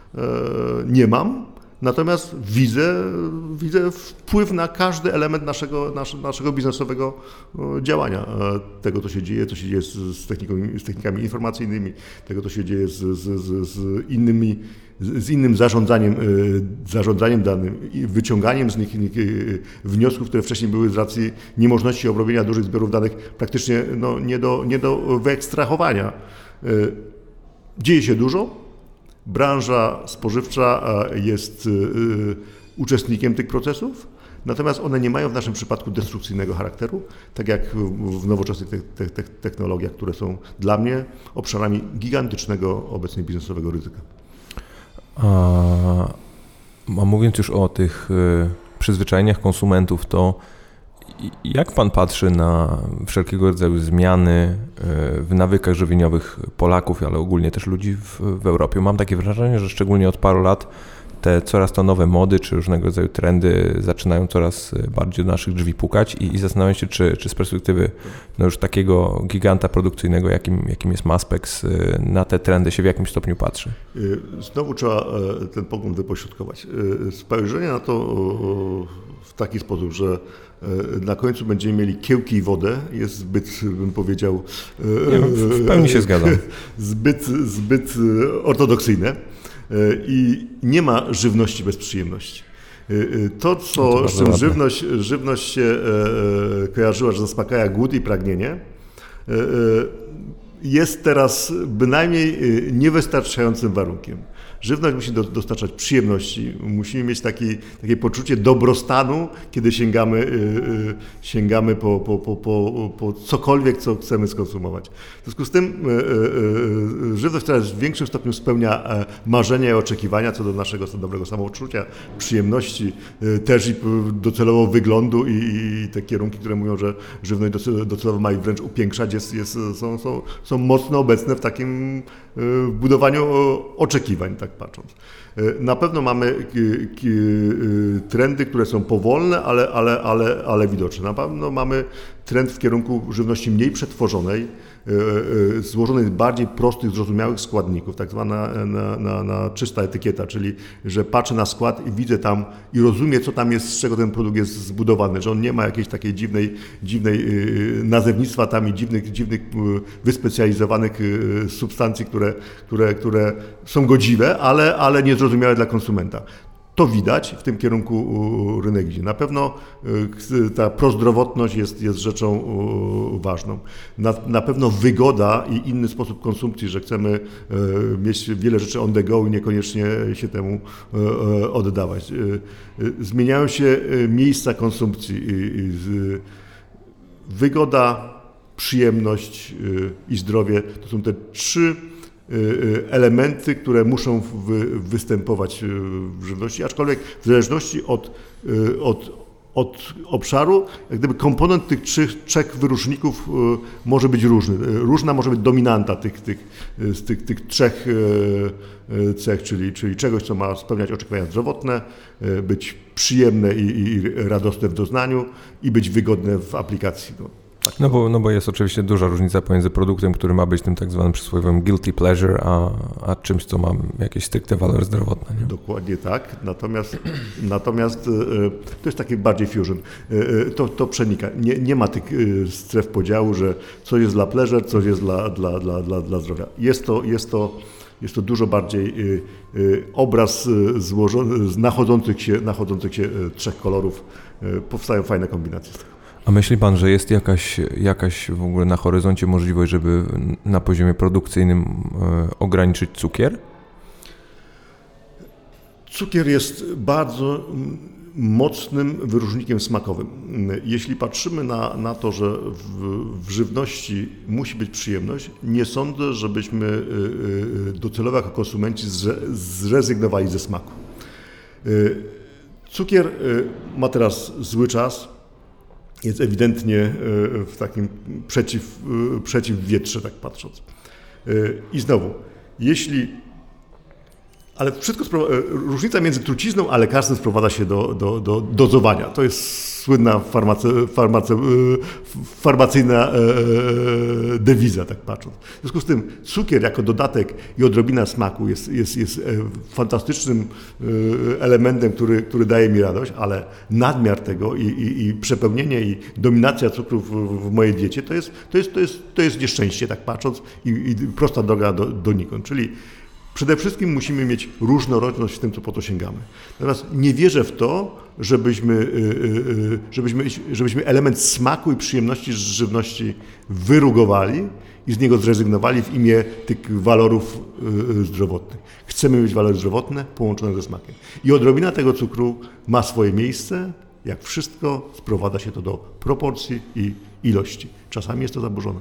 nie mam. Natomiast widzę, widzę wpływ na każdy element naszego, naszego biznesowego działania. Tego, co się dzieje, co się dzieje z, z, techniką, z technikami informacyjnymi, tego, co się dzieje z, z, z, z, innymi, z innym zarządzaniem, zarządzaniem danym, wyciąganiem z nich wniosków, które wcześniej były z racji niemożności obrobienia dużych zbiorów danych praktycznie no, nie do, nie do wyekstrahowania. Dzieje się dużo. Branża spożywcza jest uczestnikiem tych procesów, natomiast one nie mają w naszym przypadku destrukcyjnego charakteru, tak jak w nowoczesnych te- te- technologiach, które są dla mnie obszarami gigantycznego obecnie biznesowego ryzyka. A, a mówiąc już o tych przyzwyczajeniach konsumentów, to jak pan patrzy na wszelkiego rodzaju zmiany w nawykach żywieniowych Polaków, ale ogólnie też ludzi w, w Europie? Mam takie wrażenie, że szczególnie od paru lat te coraz to nowe mody czy różnego rodzaju trendy zaczynają coraz bardziej do naszych drzwi pukać i, i zastanawiam się, czy, czy z perspektywy no już takiego giganta produkcyjnego, jakim, jakim jest Maspex, na te trendy się w jakimś stopniu patrzy. Znowu trzeba ten pogląd wypośrodkować. Spojrzenie na to w taki sposób, że na końcu będziemy mieli kiełki i wodę, jest zbyt, bym powiedział... Nie, w pełni się zgadzam. Zbyt, zbyt ortodoksyjne. I nie ma żywności bez przyjemności. To, co, no to z czym żywność, żywność się kojarzyła, że zaspokaja głód i pragnienie, jest teraz bynajmniej niewystarczającym warunkiem. Żywność musi do, dostarczać przyjemności, musimy mieć taki, takie poczucie dobrostanu, kiedy sięgamy, yy, sięgamy po, po, po, po, po cokolwiek, co chcemy skonsumować. W związku z tym yy, yy, żywność teraz w większym stopniu spełnia yy, marzenia i oczekiwania co do naszego dobrego samopoczucia, przyjemności, yy, też i docelowo wyglądu i, i te kierunki, które mówią, że żywność docelowo ma ich wręcz upiększać, jest, jest, są, są, są mocno obecne w takim yy, budowaniu oczekiwań. Tak patrząc. Na pewno mamy trendy, które są powolne, ale, ale, ale, ale widoczne. Na pewno mamy trend w kierunku żywności mniej przetworzonej, złożonej z bardziej prostych, zrozumiałych składników, tak zwana na, na, na czysta etykieta, czyli że patrzę na skład i widzę tam i rozumiem, co tam jest, z czego ten produkt jest zbudowany, że on nie ma jakiejś takiej dziwnej, dziwnej nazewnictwa tam i dziwnych, dziwnych wyspecjalizowanych substancji, które, które, które są godziwe, ale, ale niezrozumiałe dla konsumenta. To widać, w tym kierunku rynek idzie. Na pewno ta prozdrowotność jest, jest rzeczą ważną. Na, na pewno wygoda i inny sposób konsumpcji, że chcemy mieć wiele rzeczy on the go i niekoniecznie się temu oddawać. Zmieniają się miejsca konsumpcji. Wygoda, przyjemność i zdrowie to są te trzy elementy, które muszą występować w żywności, aczkolwiek w zależności od, od, od obszaru, jak gdyby komponent tych trzech, trzech wyróżników może być różny. Różna może być dominanta tych, tych, z tych, tych trzech cech, czyli, czyli czegoś, co ma spełniać oczekiwania zdrowotne, być przyjemne i, i radosne w doznaniu i być wygodne w aplikacji. No. Tak. No bo, no bo jest oczywiście duża różnica pomiędzy produktem, który ma być tym tak zwanym przysłowiowym guilty pleasure, a, a czymś, co ma jakieś stricte walory zdrowotne. Nie? Dokładnie tak, natomiast, natomiast to jest taki bardziej fusion, to, to przenika. Nie, nie ma tych stref podziału, że coś jest dla pleasure, coś jest dla, dla, dla, dla, dla zdrowia. Jest to, jest to, jest to dużo bardziej obraz złożony z nachodzących się, nachodzących się trzech kolorów. Powstają fajne kombinacje z tego. A myśli pan, że jest jakaś, jakaś w ogóle na horyzoncie możliwość, żeby na poziomie produkcyjnym ograniczyć cukier? Cukier jest bardzo mocnym wyróżnikiem smakowym. Jeśli patrzymy na, na to, że w, w żywności musi być przyjemność, nie sądzę, żebyśmy docelowo jako konsumenci zrezygnowali ze smaku. Cukier ma teraz zły czas. Jest ewidentnie w takim przeciw, przeciwwietrze, tak patrząc. I znowu, jeśli... Ale wszystko, różnica między trucizną a lekarstwem sprowadza się do, do, do dozowania. To jest słynna farmace, farmace, farmacyjna dewiza, tak patrząc. W związku z tym cukier jako dodatek i odrobina smaku jest, jest, jest fantastycznym elementem, który, który daje mi radość, ale nadmiar tego i, i, i przepełnienie i dominacja cukru w, w mojej diecie to jest, to jest, to jest, to jest nieszczęście, tak patrząc, i, i prosta droga do, donikąd. Czyli przede wszystkim musimy mieć różnorodność w tym, co po to sięgamy. Natomiast nie wierzę w to, żebyśmy, żebyśmy, żebyśmy element smaku i przyjemności z żywności wyrugowali i z niego zrezygnowali w imię tych walorów zdrowotnych. Chcemy mieć walory zdrowotne połączone ze smakiem. I odrobina tego cukru ma swoje miejsce. Jak wszystko, sprowadza się to do proporcji i ilości. Czasami jest to zaburzone.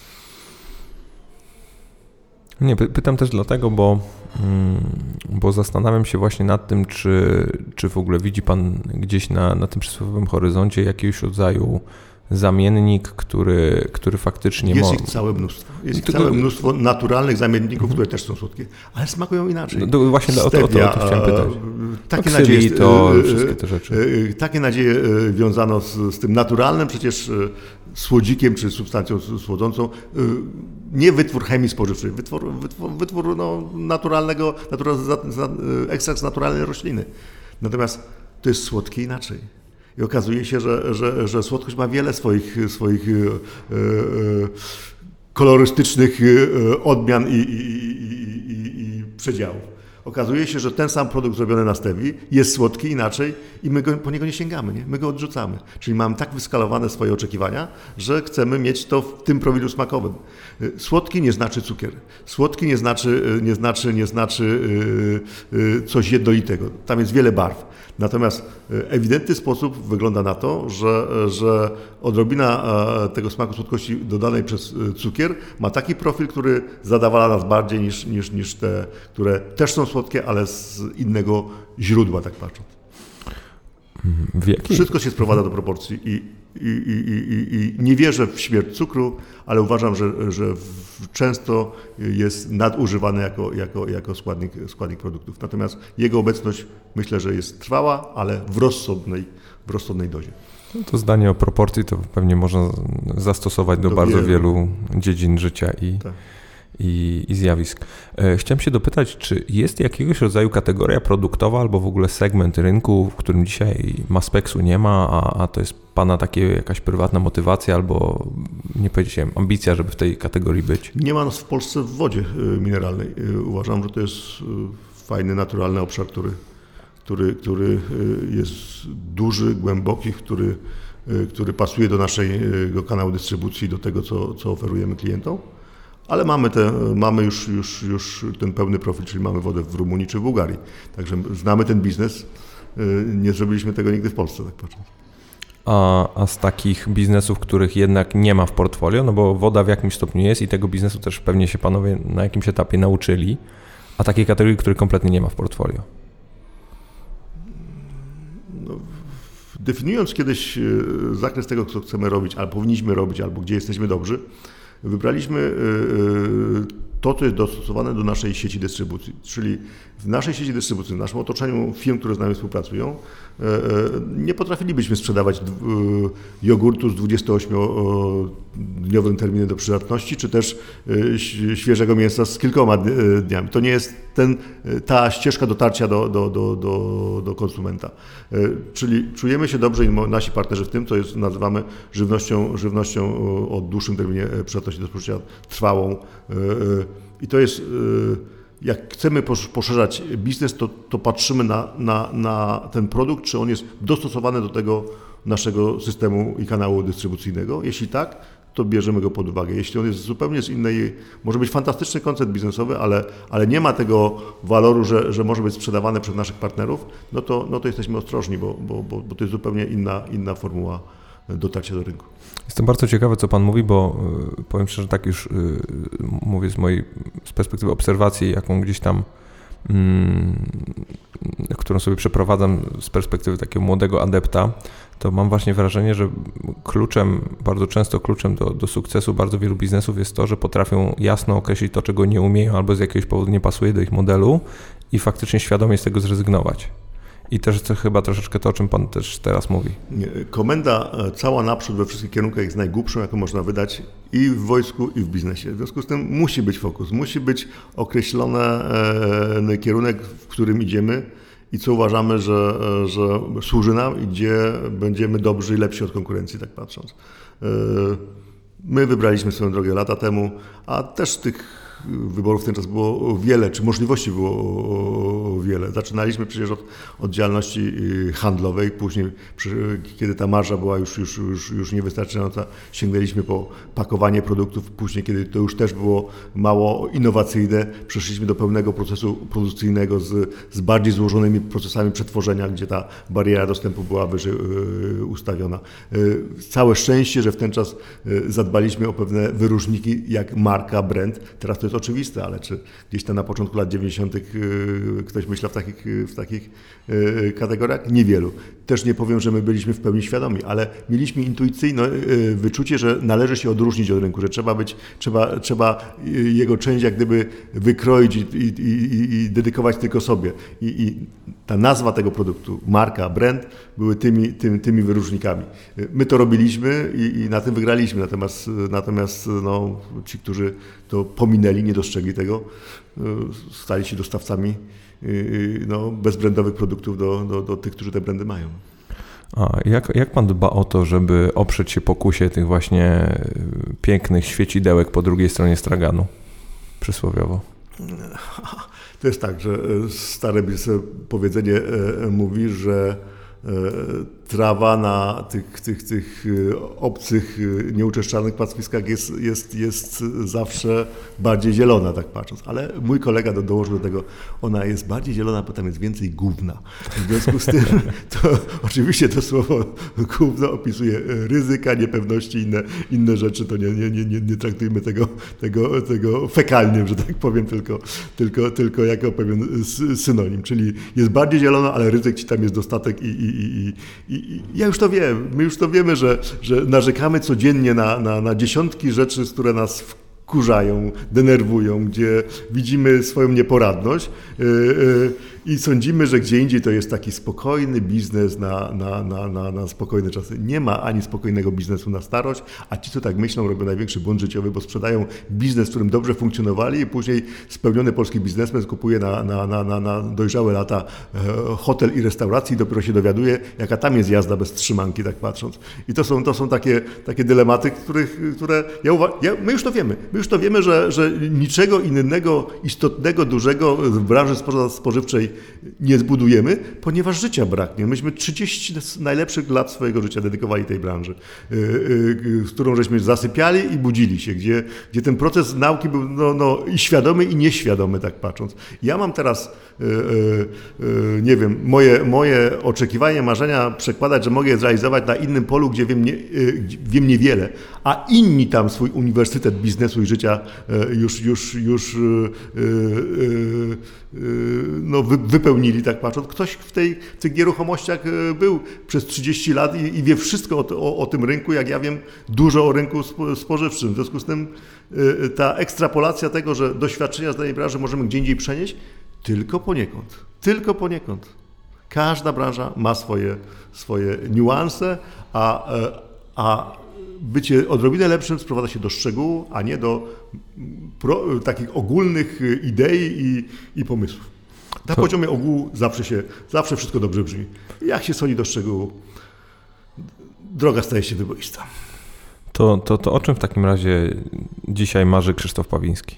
Nie, pytam też dlatego, bo, bo zastanawiam się właśnie nad tym, czy, czy w ogóle widzi pan gdzieś na, na tym przysłowiowym horyzoncie jakiegoś rodzaju zamiennik, który, który faktycznie... Jest mo- ich całe mnóstwo. Jest ich Tylko... całe mnóstwo naturalnych zamienników, mhm. które też są słodkie, ale smakują inaczej. No, właśnie Stevia, o, to, o, to, o to chciałem pytać. Takie no, nadzieje, to wszystkie te rzeczy. Takie nadzieje wiązano z, z tym naturalnym przecież słodzikiem czy substancją słodzącą. Nie wytwór chemii spożywczej, wytwór, wytwór, wytwór no, naturalnego, natural, ekstrakt z naturalnej rośliny. Natomiast to jest słodkie inaczej. I okazuje się, że, że, że słodkość ma wiele swoich, swoich e, e, kolorystycznych odmian i, i, i, i, i przedziałów. Okazuje się, że ten sam produkt zrobiony na stevii jest słodki inaczej i my go, po niego nie sięgamy, nie? My go odrzucamy. Czyli mamy tak wyskalowane swoje oczekiwania, że chcemy mieć to w tym profilu smakowym. Słodki nie znaczy cukier. Słodki nie znaczy, nie znaczy, nie znaczy coś jednolitego. Tam jest wiele barw. Natomiast w ewidentny sposób wygląda na to, że, że odrobina tego smaku słodkości dodanej przez cukier ma taki profil, który zadawala nas bardziej niż, niż, niż te, które też są słodkie, ale z innego źródła, tak patrząc. Wszystko się sprowadza do proporcji i, i, i, i, i nie wierzę w śmierć cukru, ale uważam, że, że często jest nadużywany jako, jako, jako składnik, składnik produktów. Natomiast jego obecność myślę, że jest trwała, ale w rozsądnej, w rozsądnej dozie. No to zdanie o proporcji to pewnie można zastosować do, do bardzo wielu, wielu dziedzin życia i, tak. i, i zjawisk. Chciałem się dopytać, czy jest jakiegoś rodzaju kategoria produktowa albo w ogóle segment rynku, w którym dzisiaj Maspeksu nie ma, a, a to jest Pana takie jakaś prywatna motywacja albo, nie powiedziałem, ambicja, żeby w tej kategorii być? Nie ma nas w Polsce w wodzie mineralnej. Uważam, że to jest fajny, naturalny obszar, który, który, który jest duży, głęboki, który, który pasuje do naszego kanału dystrybucji, do tego, co, co oferujemy klientom. Ale mamy, te, mamy już, już, już ten pełny profil, czyli mamy wodę w Rumunii czy w Bułgarii. Także znamy ten biznes. Nie zrobiliśmy tego nigdy w Polsce, tak patrząc. A, a z takich biznesów, których jednak nie ma w portfolio, no bo woda w jakimś stopniu jest i tego biznesu też pewnie się panowie na jakimś etapie nauczyli, a takiej kategorii, której kompletnie nie ma w portfolio? No, definiując kiedyś zakres tego, co chcemy robić, albo powinniśmy robić, albo gdzie jesteśmy dobrzy, wybraliśmy to, co jest dostosowane do naszej sieci dystrybucji, czyli w naszej sieci dystrybucji, w naszym otoczeniu firm, które z nami współpracują, nie potrafilibyśmy sprzedawać jogurtu z dwudziestoośmiodniowym terminem do przydatności, czy też świeżego mięsa z kilkoma dniami. To nie jest ten, ta ścieżka dotarcia do, do, do, do, do konsumenta. Czyli czujemy się dobrze i nasi partnerzy w tym, co jest, nazywamy żywnością, żywnością o dłuższym terminie przydatności do spożycia, trwałą. I to jest, jak chcemy poszerzać biznes, to, to patrzymy na, na, na ten produkt, czy on jest dostosowany do tego naszego systemu i kanału dystrybucyjnego. Jeśli tak, to bierzemy go pod uwagę. Jeśli on jest zupełnie z innej, może być fantastyczny koncept biznesowy, ale, ale nie ma tego waloru, że, że może być sprzedawany przez naszych partnerów, no to, no to jesteśmy ostrożni, bo, bo, bo, bo to jest zupełnie inna, inna formuła dotarcia do rynku. Jestem bardzo ciekawy, co Pan mówi, bo powiem szczerze, tak już mówię z mojej z perspektywy obserwacji, jaką gdzieś tam, którą sobie przeprowadzam z perspektywy takiego młodego adepta, to mam właśnie wrażenie, że kluczem, bardzo często kluczem do, do sukcesu bardzo wielu biznesów jest to, że potrafią jasno określić to, czego nie umieją albo z jakiegoś powodu nie pasuje do ich modelu i faktycznie świadomie z tego zrezygnować. I też to chyba troszeczkę to, o czym Pan też teraz mówi. Komenda cała naprzód we wszystkich kierunkach jest najgłupszą, jaką można wydać i w wojsku, i w biznesie. W związku z tym musi być fokus, musi być określony kierunek, w którym idziemy i co uważamy, że, że służy nam i gdzie będziemy dobrzy i lepsi od konkurencji, tak patrząc. My wybraliśmy swoją drogę lata temu, a też tych wyborów w ten czas było wiele, czy możliwości było wiele. Zaczynaliśmy przecież od, od działalności handlowej, później, przy, kiedy ta marża była już, już, już, już niewystarczająca, sięgnęliśmy po pakowanie produktów, później, kiedy to już też było mało innowacyjne, przeszliśmy do pełnego procesu produkcyjnego z, z bardziej złożonymi procesami przetworzenia, gdzie ta bariera dostępu była wyżej ustawiona. Całe szczęście, że w ten czas zadbaliśmy o pewne wyróżniki, jak marka, brand. Teraz to jest oczywiste, ale czy gdzieś tam na początku lat dziewięćdziesiątych ktoś myślał w takich, w takich kategoriach? Niewielu. Też nie powiem, że my byliśmy w pełni świadomi, ale mieliśmy intuicyjne wyczucie, że należy się odróżnić od rynku, że trzeba być, trzeba, trzeba jego część jak gdyby wykroić i, i, i, i dedykować tylko sobie. I, I ta nazwa tego produktu, marka, brand były tymi, tymi, tymi wyróżnikami. My to robiliśmy i, i na tym wygraliśmy, natomiast, natomiast no, ci, którzy to pominęli, nie dostrzegli tego, stali się dostawcami no, bezbrandowych produktów do, do, do tych, którzy te brandy mają. A jak, jak Pan dba o to, żeby oprzeć się pokusie tych właśnie pięknych świecidełek po drugiej stronie straganu, przysłowiowo? To jest tak, że stare powiedzenie mówi, że trawa na tych, tych, tych obcych, nieuczeszczanych pastwiskach jest, jest, jest zawsze bardziej zielona, tak patrząc. Ale mój kolega do, dołożył do tego, ona jest bardziej zielona, bo tam jest więcej gówna. W związku z tym, to oczywiście to słowo gówno opisuje ryzyka, niepewności, inne, inne rzeczy, to nie, nie, nie, nie, nie traktujmy tego, tego, tego fekalnie, że tak powiem, tylko, tylko, tylko jako pewien synonim. Czyli jest bardziej zielona, ale ryzyk ci tam jest dostatek i, i I, i, i ja już to wiem, my już to wiemy, że, że narzekamy codziennie na, na, na dziesiątki rzeczy, które nas wkurzają, denerwują, gdzie widzimy swoją nieporadność yy, yy, i sądzimy, że gdzie indziej to jest taki spokojny biznes na, na, na, na, na spokojne czasy. Nie ma ani spokojnego biznesu na starość, a ci, co tak myślą, robią największy błąd życiowy, bo sprzedają biznes, w którym dobrze funkcjonowali i później spełniony polski biznesmen kupuje na, na, na, na, na dojrzałe lata hotel i restaurację i dopiero się dowiaduje, jaka tam jest jazda bez trzymanki, tak patrząc. I to są, to są takie, takie dylematy, których, które ja uwa- ja, my już to wiemy. My już to wiemy, że, że niczego innego istotnego, dużego w branży spożywczej nie zbudujemy, ponieważ życia braknie. Myśmy trzydzieści najlepszych lat swojego życia dedykowali tej branży, z którą żeśmy zasypiali i budzili się, gdzie, gdzie ten proces nauki był no, no, i świadomy, i nieświadomy, tak patrząc. Ja mam teraz, nie wiem, moje, moje oczekiwania, marzenia przekładać, że mogę je zrealizować na innym polu, gdzie wiem, nie, wiem niewiele, a inni tam swój uniwersytet biznesu i życia już, już, już no, wypełnili, tak patrząc. Ktoś w, tej, w tych nieruchomościach był przez trzydzieści lat i, i wie wszystko o, o, o tym rynku, jak ja wiem dużo o rynku spożywczym. W związku z tym ta ekstrapolacja tego, że doświadczenia z danej branży możemy gdzie indziej przenieść, tylko poniekąd. Tylko poniekąd. Każda branża ma swoje, swoje niuanse, a, a bycie odrobinę lepszym sprowadza się do szczegółu, a nie do pro, takich ogólnych idei i, i pomysłów. Na to... poziomie ogółu zawsze się, zawsze wszystko dobrze brzmi. Jak się schodzi do szczegółu, droga staje się wyboista. To, to, to o czym w takim razie dzisiaj marzy Krzysztof Pawliński?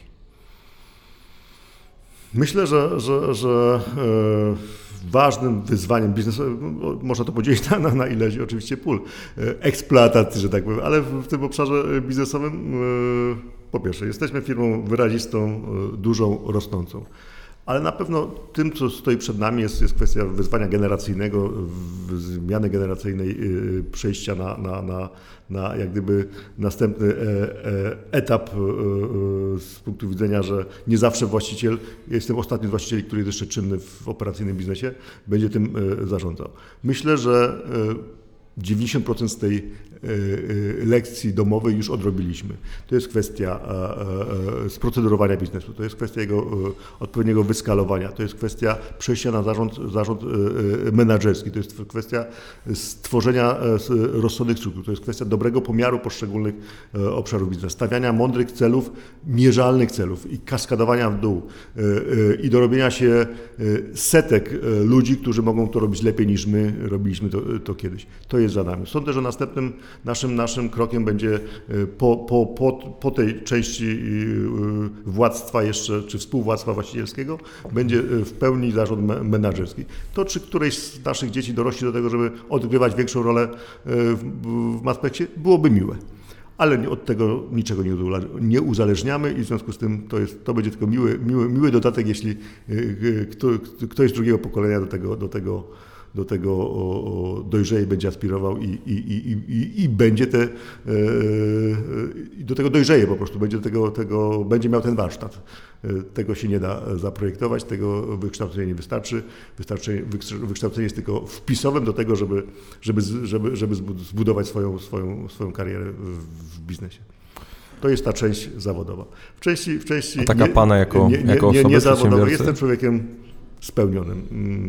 Myślę, że, że, że e, ważnym wyzwaniem biznesowym, można to podzielić na, na, na ileś oczywiście pól e, eksploatacji, że tak powiem, ale w, w tym obszarze biznesowym e, po pierwsze jesteśmy firmą wyrazistą, e, dużą, rosnącą. Ale na pewno tym, co stoi przed nami, jest, jest kwestia wyzwania generacyjnego, zmiany generacyjnej, przejścia na, na, na, na jak gdyby następny etap z punktu widzenia, że nie zawsze właściciel, ja jestem ostatnim z właścicieli, który jest jeszcze czynny w operacyjnym biznesie, będzie tym zarządzał. Myślę, że dziewięćdziesiąt procent z tej lekcji domowej już odrobiliśmy. To jest kwestia sprocedurowania biznesu, to jest kwestia jego odpowiedniego wyskalowania, to jest kwestia przejścia na zarząd, zarząd menedżerski, to jest kwestia stworzenia rozsądnych struktur, to jest kwestia dobrego pomiaru poszczególnych obszarów biznesu, stawiania mądrych celów, mierzalnych celów i kaskadowania w dół i dorobienia się setek ludzi, którzy mogą to robić lepiej niż my robiliśmy to, to kiedyś. To jest za nami. Sądzę, że następnym naszym, naszym krokiem będzie po, po, po, po tej części władztwa jeszcze, czy współwładztwa właścicielskiego, będzie w pełni zarząd menedżerski. To, czy któreś z naszych dzieci dorośnie do tego, żeby odgrywać większą rolę w, w aspekcie, byłoby miłe. Ale od tego niczego nie uzależniamy i w związku z tym to, jest, to będzie tylko miły, miły, miły dodatek, jeśli ktoś z drugiego pokolenia do tego, do tego do tego o, o dojrzeje będzie aspirował i, i, i, i, i będzie te, i do tego dojrzeje po prostu, będzie, tego, tego, będzie miał ten warsztat. Tego się nie da zaprojektować, tego wykształcenia nie wystarczy. Wystarczy wykształcenie jest tylko wpisowym do tego, żeby, żeby, żeby, żeby zbudować swoją, swoją, swoją karierę w biznesie. To jest ta część zawodowa. W części, w części A taka nie, pana jako, nie, nie, jako nie, osoby nie zawodowej jestem człowiekiem spełnionym.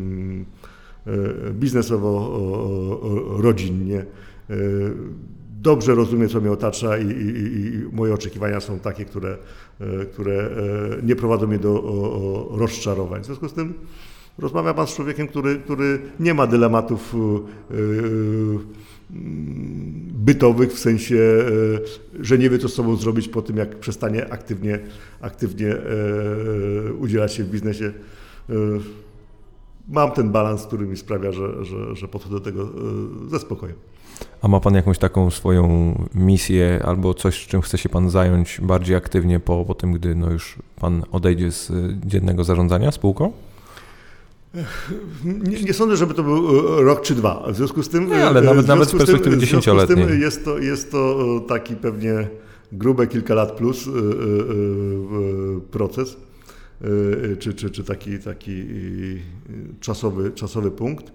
Biznesowo, rodzinnie. Dobrze rozumiem, co mnie otacza i, i, i moje oczekiwania są takie, które, które nie prowadzą mnie do rozczarowań. W związku z tym rozmawia Pan z człowiekiem, który, który nie ma dylematów bytowych, w sensie, że nie wie, co z sobą zrobić po tym, jak przestanie aktywnie, aktywnie udzielać się w biznesie. Mam ten balans, który mi sprawia, że, że, że podchodzę do tego ze spokojem. A ma Pan jakąś taką swoją misję albo coś, czym chce się Pan zająć bardziej aktywnie po, po tym, gdy no już Pan odejdzie z dziennego zarządzania spółką? Nie, nie sądzę, żeby to był rok czy dwa. W związku z tym... Nie, ale nawet, nawet z perspektywy tym, dziesięcioletniej. W jest to, jest to taki pewnie grube kilka lat plus proces, czy, czy, czy taki, taki czasowy, czasowy punkt.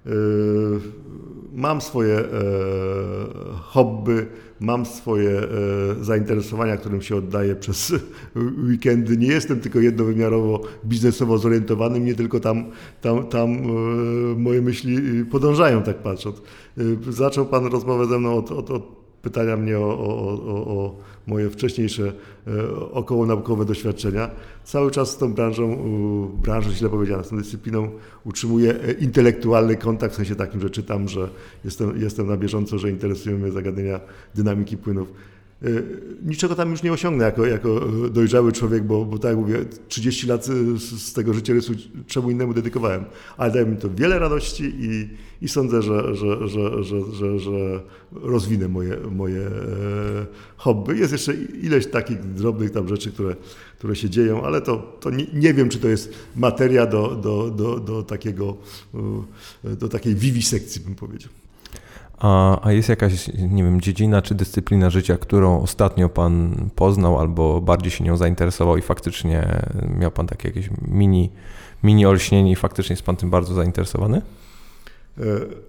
Mam swoje hobby, mam swoje zainteresowania, którym się oddaję przez weekendy. Nie jestem tylko jednowymiarowo biznesowo zorientowany, nie tylko tam, tam, tam moje myśli podążają, tak patrząc. Zaczął Pan rozmowę ze mną od, od, od pytania mnie o, o, o, o moje wcześniejsze okołonaukowe doświadczenia. Cały czas z tą branżą, branżą źle powiedziane, z tą dyscypliną utrzymuję intelektualny kontakt, w sensie takim, że czytam, że jestem, jestem na bieżąco, że interesują mnie zagadnienia dynamiki płynów. Niczego tam już nie osiągnę jako, jako dojrzały człowiek, bo, bo tak jak mówię, trzydzieści lat z tego życiorysu czemu innemu dedykowałem, ale daje mi to wiele radości i, i sądzę, że, że, że, że, że, że rozwinę moje, moje hobby. Jest jeszcze ileś takich drobnych tam rzeczy, które, które się dzieją, ale to, to nie, nie wiem, czy to jest materia do, do, do, do, takiego, do takiej wiwisekcji, bym powiedział. A, a jest jakaś, nie wiem, dziedzina czy dyscyplina życia, którą ostatnio Pan poznał albo bardziej się nią zainteresował i faktycznie miał Pan takie jakieś mini, mini olśnienie i faktycznie jest Pan tym bardzo zainteresowany? E,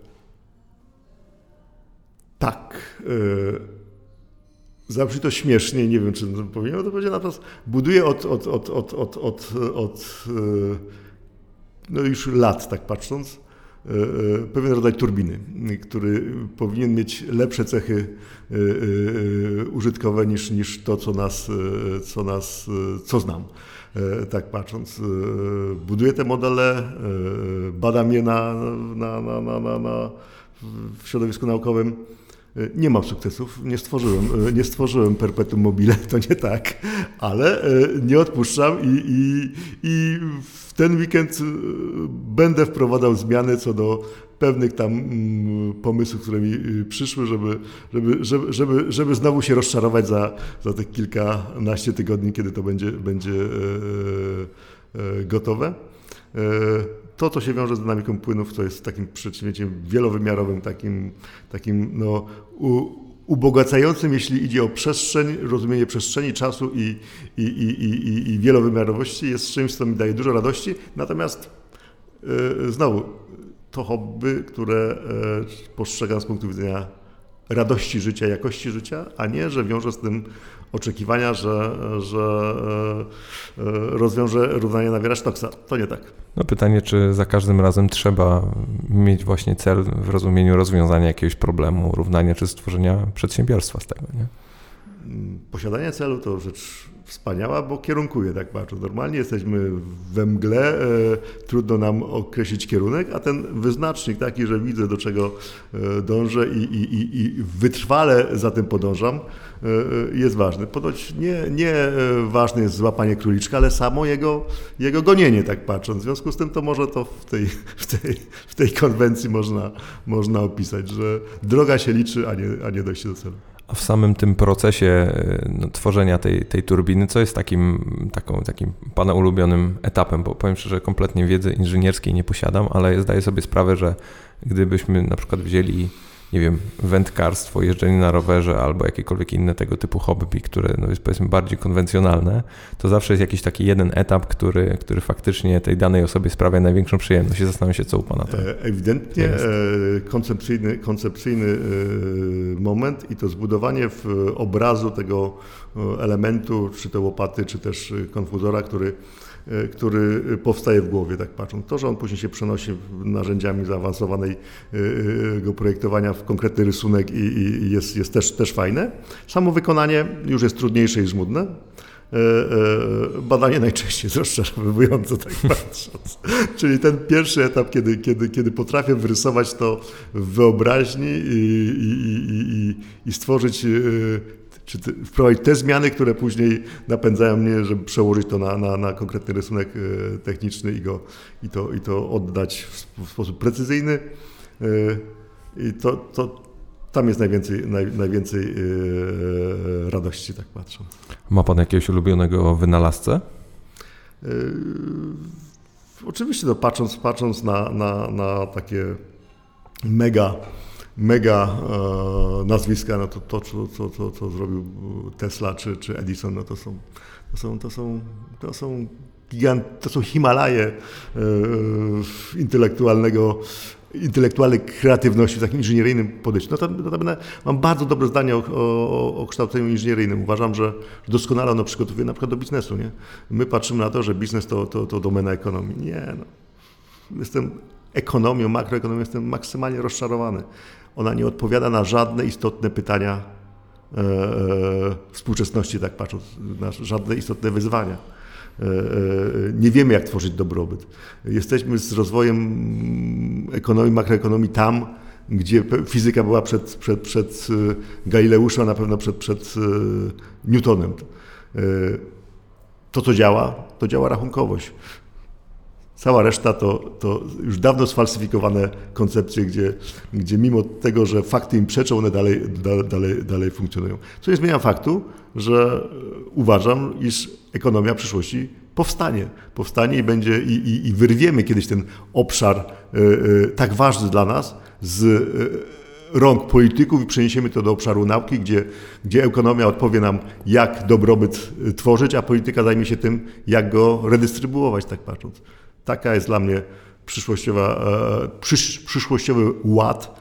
tak. E, zabrzmi to śmiesznie, nie wiem, czy powinienem to powiedzieć, natomiast buduję od, od, od, od, od, od, od no już lat, tak patrząc, pewien rodzaj turbiny, który powinien mieć lepsze cechy użytkowe niż, niż to, co nas, co nas, co znam. Tak patrząc, buduję te modele, badam je na, na, na, na, na, na, w środowisku naukowym. Nie mam sukcesów, nie stworzyłem, nie stworzyłem perpetuum mobile, to nie tak, ale nie odpuszczam i, i, i w ten weekend będę wprowadzał zmiany co do pewnych tam pomysłów, które mi przyszły, żeby, żeby, żeby, żeby, żeby znowu się rozczarować za, za tych kilkanaście tygodni, kiedy to będzie, będzie gotowe. To, co się wiąże z dynamiką płynów, to jest takim przedsięwzięciem wielowymiarowym, takim, takim no, u, ubogacającym, jeśli idzie o przestrzeń, rozumienie przestrzeni, czasu i, i, i, i, i wielowymiarowości. Jest czymś, co mi daje dużo radości. Natomiast yy, znowu, to hobby, które yy, postrzegam z punktu widzenia radości życia, jakości życia, a nie, że wiąże z tym oczekiwania, że, że rozwiąże równanie Nawiera-Stokesa. To nie tak. No pytanie, czy za każdym razem trzeba mieć właśnie cel w rozumieniu rozwiązania jakiegoś problemu, równania czy stworzenia przedsiębiorstwa z tego, nie? Posiadanie celu to rzecz wspaniała, bo kierunkuje tak bardzo. Normalnie jesteśmy we mgle, e, trudno nam określić kierunek, a ten wyznacznik taki, że widzę, do czego e, dążę i, i, i, i wytrwale za tym podążam, e, jest ważny. Ponoć nie, nie ważne jest złapanie króliczka, ale samo jego, jego gonienie, tak patrząc. W związku z tym to może to w tej, w tej, w tej konwencji można, można opisać, że droga się liczy, a nie, a nie dojście do celu. A w samym tym procesie no, tworzenia tej, tej turbiny, co jest takim, taką, takim Pana ulubionym etapem? Bo powiem szczerze, kompletnie wiedzy inżynierskiej nie posiadam, ale zdaję sobie sprawę, że gdybyśmy na przykład wzięli, nie wiem, wędkarstwo, jeżdżenie na rowerze albo jakiekolwiek inne tego typu hobby, które no, jest powiedzmy bardziej konwencjonalne, to zawsze jest jakiś taki jeden etap, który, który faktycznie tej danej osobie sprawia największą przyjemność. I zastanawiam się, co u Pana to Ewidentnie jest. koncepcyjny, koncepcyjny moment i to zbudowanie w obrazu tego elementu, czy to łopaty, czy też konfuzora, który który powstaje w głowie, tak patrząc. To, że on później się przenosi narzędziami zaawansowanego projektowania w konkretny rysunek i, i jest, jest też, też fajne. Samo wykonanie już jest trudniejsze i żmudne. badanie najczęściej jest rozczarowujące, tak patrząc. Czyli ten pierwszy etap, kiedy, kiedy, kiedy potrafię wyrysować to w wyobraźni i, i, i, i stworzyć, czy wprowadzić te zmiany, które później napędzają mnie, żeby przełożyć to na, na, na konkretny rysunek techniczny i, go, i, to, i to oddać w sposób precyzyjny. I to, to tam jest najwięcej, naj, najwięcej yy, radości, tak patrzę. Ma pan jakiegoś ulubionego wynalazcę? Yy, oczywiście, no, patrząc, patrząc na, na, na takie mega, mega e, nazwiska, no to to, co, co, co, co zrobił Tesla czy, czy Edison, no to są, to są, to są, to są, gigant, to są Himalaje e, intelektualnego intelektualnej kreatywności, w takim inżynieryjnym podejściu. No to, notabene mam bardzo dobre zdanie o, o, o kształceniu inżynieryjnym. Uważam, że doskonale ono przygotowuje na przykład do biznesu. Nie? My patrzymy na to, że biznes to, to, to domena ekonomii. Nie, no. Jestem ekonomią, makroekonomią, jestem maksymalnie rozczarowany. Ona nie odpowiada na żadne istotne pytania e, e, współczesności, tak patrząc, na żadne istotne wyzwania. Nie wiemy, jak tworzyć dobrobyt. Jesteśmy z rozwojem ekonomii, makroekonomii tam, gdzie fizyka była przed, przed, przed Galileuszem, a na pewno przed, przed Newtonem. To, co działa, to działa rachunkowość. Cała reszta to, to już dawno sfalsyfikowane koncepcje, gdzie, gdzie mimo tego, że fakty im przeczą, one dalej, dalej, dalej funkcjonują. Co nie zmienia faktu, że uważam, iż ekonomia przyszłości powstanie. Powstanie i będzie i, i, i wyrwiemy kiedyś ten obszar y, y, tak ważny dla nas z y, rąk polityków i przeniesiemy to do obszaru nauki, gdzie, gdzie ekonomia odpowie nam, jak dobrobyt tworzyć, a polityka zajmie się tym, jak go redystrybuować, tak patrząc. Taka jest dla mnie przyszłościowa, przysz, przyszłościowy ład,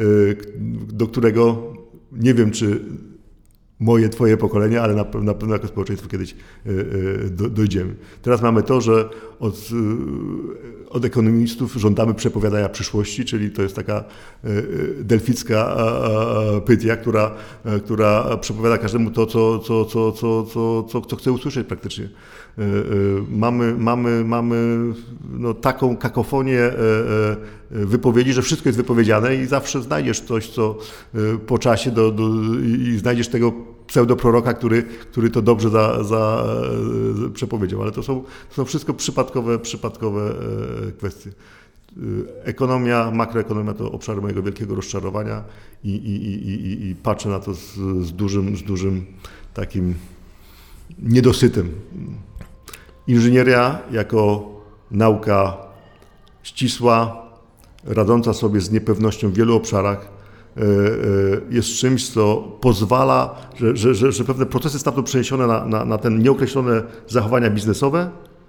do którego nie wiem, czy moje, twoje pokolenie, ale na, na pewno jako społeczeństwo kiedyś do, dojdziemy. Teraz mamy to, że od, od ekonomistów żądamy przepowiadania przyszłości, czyli to jest taka delficka pytia, która, która przepowiada każdemu to, co, co, co, co, co, co, co chce usłyszeć praktycznie. Mamy, mamy, mamy no, taką kakofonię wypowiedzi, że wszystko jest wypowiedziane i zawsze znajdziesz coś, co po czasie do, do, i znajdziesz tego pseudoproroka, który, który to dobrze za, za, przepowiedział. Ale to są, to są wszystko przypadkowe, przypadkowe kwestie. Ekonomia, makroekonomia to obszar mojego wielkiego rozczarowania i, i, i, i, i patrzę na to z, z, dużym, z dużym takim niedosytem. Inżynieria jako nauka ścisła, radząca sobie z niepewnością w wielu obszarach, jest czymś, co pozwala, że, że, że, że pewne procesy zostaną przeniesione na, na, na te nieokreślone zachowania biznesowe,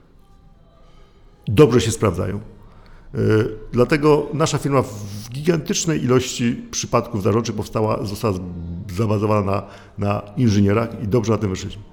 dobrze się sprawdzają. Dlatego nasza firma w gigantycznej ilości przypadków zarządczych powstała, została zabazowana na, na inżynierach i dobrze na tym wyszliśmy.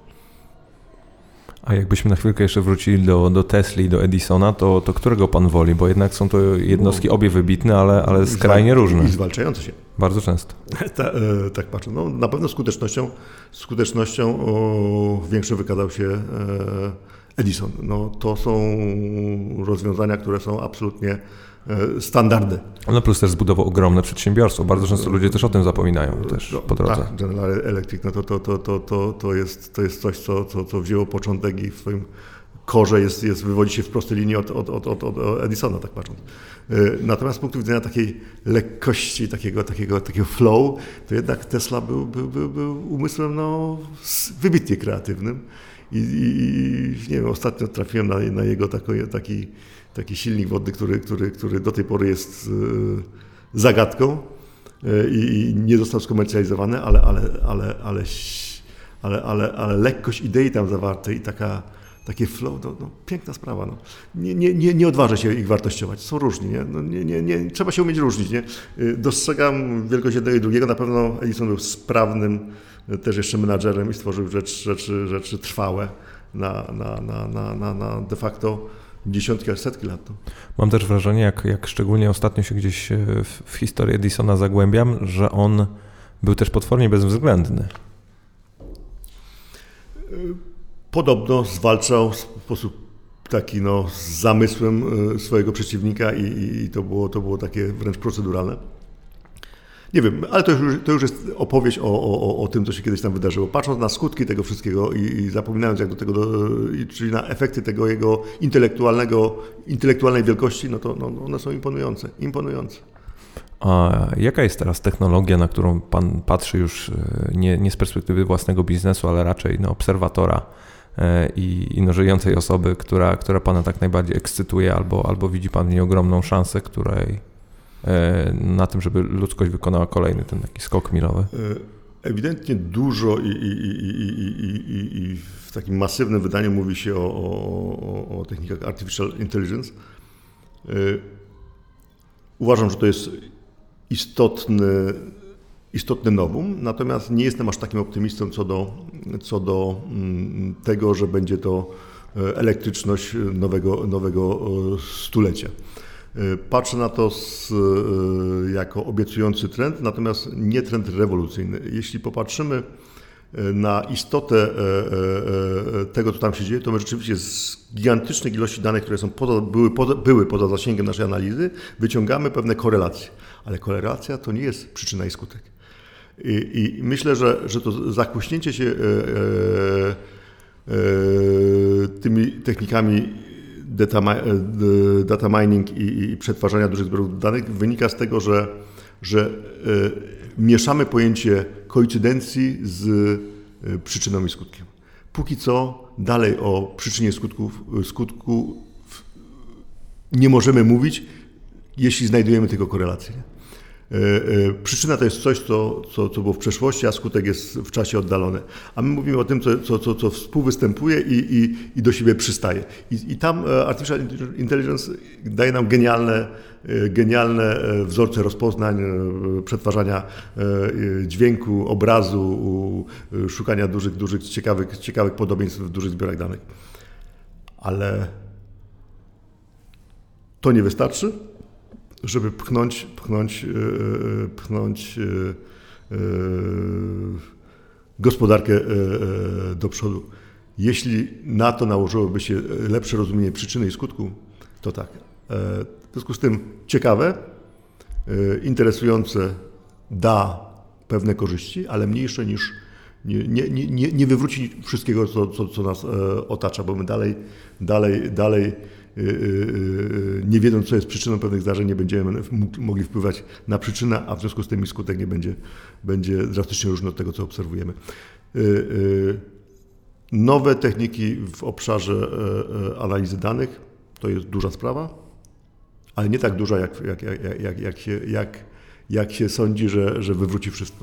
A jakbyśmy na chwilkę jeszcze wrócili do, do Tesli, do Edisona, to, to którego pan woli? Bo jednak są to jednostki obie wybitne, ale, ale skrajnie różne. I zwalczające się. Bardzo często. Ta, e, tak patrzę. No, na pewno skutecznością, skutecznością o, większą wykazał się e, Edison. No, to są rozwiązania, które są absolutnie e, standardy. No plus też zbudował ogromne przedsiębiorstwo. Bardzo często ludzie też o tym zapominają też no, po drodze. Tak, General Electric no to, to, to, to, to, to, jest, to jest coś, co, co, co wzięło początek i w swoim korze jest, jest, wywodzi się w prostej linii od, od, od, od, od Edisona, tak patrząc. Natomiast z punktu widzenia takiej lekkości, takiego, takiego, takiego flow, to jednak Tesla był, był, był, był umysłem no, wybitnie kreatywnym. I, i nie wiem, ostatnio trafiłem na, na jego taki, taki, taki silnik wodny, który, który, który do tej pory jest y, zagadką y, i nie został skomercjalizowany, ale, ale, ale, ale, ale, ale, ale lekkość idei tam zawartej i taka, takie flow, no, no, piękna sprawa. No. Nie, nie, nie, nie odważę się ich wartościować, są różni, nie? No, nie, nie, nie, trzeba się umieć różnić. Nie? Dostrzegam wielkość jednego i drugiego, na pewno Edison był sprawnym też jeszcze menadżerem i stworzył rzeczy, rzeczy, rzeczy trwałe na, na, na, na, na, na de facto dziesiątki aż setki lat. Mam też wrażenie, jak, jak szczególnie ostatnio się gdzieś w, w historii Edisona zagłębiam, że on był też potwornie bezwzględny. podobno zwalczał w sposób taki no, z zamysłem swojego przeciwnika i, i to, było, to było takie wręcz proceduralne. Nie wiem, ale to już, to już jest opowieść o, o, o tym, co się kiedyś tam wydarzyło. Patrząc na skutki tego wszystkiego i, i zapominając jak do tego, do, czyli na efekty tego jego intelektualnego, intelektualnej wielkości, no to no, one są imponujące, imponujące. A jaka jest teraz technologia, na którą Pan patrzy już nie, nie z perspektywy własnego biznesu, ale raczej no, obserwatora i, i no, żyjącej osoby, która, która Pana tak najbardziej ekscytuje, albo, albo widzi Pan w niej ogromną szansę, której na tym, żeby ludzkość wykonała kolejny ten taki skok milowy? Ewidentnie dużo i, i, i, i, i, i w takim masywnym wydaniu mówi się o, o, o technikach Artificial Intelligence. Uważam, że to jest istotny, istotny nowum, natomiast nie jestem aż takim optymistą co do, co do tego, że będzie to elektryczność nowego, nowego stulecia. Patrzę na to z, jako obiecujący trend, natomiast nie trend rewolucyjny. Jeśli popatrzymy na istotę tego, co tam się dzieje, to my rzeczywiście z gigantycznych ilości danych, które są poza, były, poza, były poza zasięgiem naszej analizy, wyciągamy pewne korelacje. Ale korelacja to nie jest przyczyna i skutek. I, i myślę, że, że to zakłuśnięcie się e, e, tymi technikami data, data mining i, i przetwarzania dużych zbiorów danych wynika z tego, że, że e, mieszamy pojęcie koincydencji z przyczyną i skutkiem. Póki co dalej o przyczynie skutków, skutku nie możemy mówić, jeśli znajdujemy tylko korelację. Przyczyna to jest coś, co, co, co było w przeszłości, a skutek jest w czasie oddalony. A my mówimy o tym, co, co, co współwystępuje i, i, i do siebie przystaje. I, I tam Artificial Intelligence daje nam genialne, genialne wzorce rozpoznań, przetwarzania dźwięku, obrazu, szukania dużych, dużych ciekawych, ciekawych podobieństw w dużych zbiorach danych. Ale to nie wystarczy, żeby pchnąć, pchnąć, pchnąć gospodarkę do przodu. Jeśli na to nałożyłoby się lepsze rozumienie przyczyny i skutku, to tak. W związku z tym ciekawe, interesujące, da pewne korzyści, ale mniejsze niż nie, nie, nie, nie wywróci wszystkiego, co, co, co nas otacza, bo my dalej, dalej, dalej nie wiedząc, co jest przyczyną pewnych zdarzeń, nie będziemy mogli wpływać na przyczynę, a w związku z tym skutek nie będzie, będzie drastycznie różny od tego, co obserwujemy. Nowe techniki w obszarze analizy danych to jest duża sprawa, ale nie tak duża, jak, jak, jak, jak, jak, się, jak, jak się sądzi, że, że wywróci wszystko.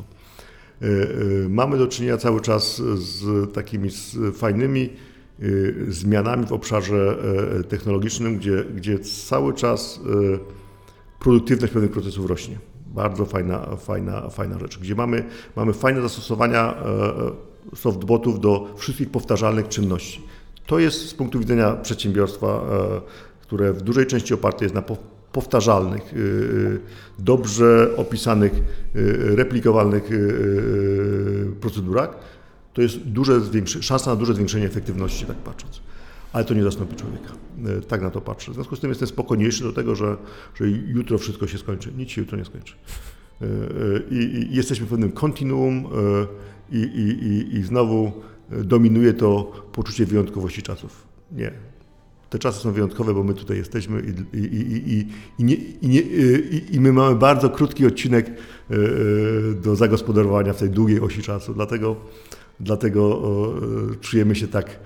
Mamy do czynienia cały czas z takimi fajnymi zmianami w obszarze technologicznym, gdzie, gdzie cały czas produktywność pewnych procesów rośnie. Bardzo fajna, fajna, fajna rzecz, gdzie mamy, mamy fajne zastosowania softbotów do wszystkich powtarzalnych czynności. To jest z punktu widzenia przedsiębiorstwa, które w dużej części oparte jest na powtarzalnych, dobrze opisanych, replikowalnych procedurach, to jest duże szansa na duże zwiększenie efektywności, tak patrząc. Ale to nie zastąpi człowieka. Tak na to patrzę. W związku z tym jestem spokojniejszy do tego, że, że jutro wszystko się skończy. Nic się jutro nie skończy. I, i jesteśmy w pewnym kontinuum i, i, i, i znowu dominuje to poczucie wyjątkowości czasów. Nie. Te czasy są wyjątkowe, bo my tutaj jesteśmy i, i, i, i, i, nie, i, nie, i, i my mamy bardzo krótki odcinek do zagospodarowania w tej długiej osi czasu. Dlatego Dlatego czujemy się tak,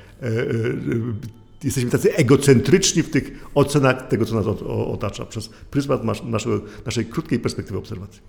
jesteśmy tacy egocentryczni w tych ocenach tego, co nas otacza, przez pryzmat naszego, naszej krótkiej perspektywy obserwacji.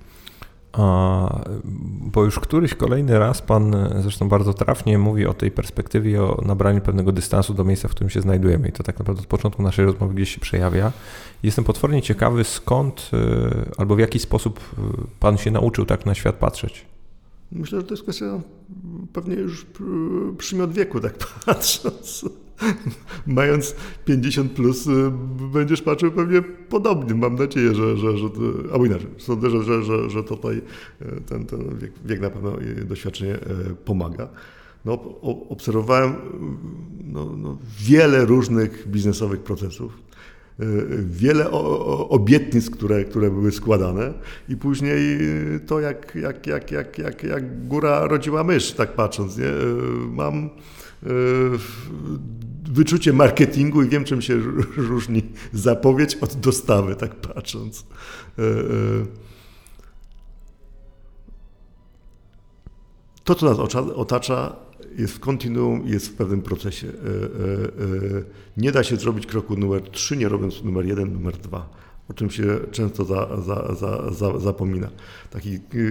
A, bo już któryś kolejny raz Pan zresztą bardzo trafnie mówi o tej perspektywie, o nabraniu pewnego dystansu do miejsca, w którym się znajdujemy i to tak naprawdę od początku naszej rozmowy gdzieś się przejawia. Jestem potwornie ciekawy, skąd albo w jaki sposób Pan się nauczył tak na świat patrzeć. Myślę, że to jest kwestia pewnie już przymiot wieku, tak patrząc. Mając pięćdziesiąt plus, będziesz patrzył pewnie podobnie. Mam nadzieję, że, że, że to, albo inaczej. Sądzę, że, że, że, że tutaj ten, ten wiek, wiek na pewno doświadczenie pomaga. no, obserwowałem no, no, wiele różnych biznesowych procesów, wiele obietnic, które, które były składane i później to jak, jak, jak, jak, jak, jak góra rodziła mysz, tak patrząc. Nie? Mam wyczucie marketingu i wiem, czym się różni zapowiedź od dostawy, tak patrząc. To, co nas otacza, jest w kontinuum, jest w pewnym procesie. Nie da się zrobić kroku numer trzy, nie robiąc numer jeden, numer dwa, o czym się często za, za, za, za, zapomina. Taki,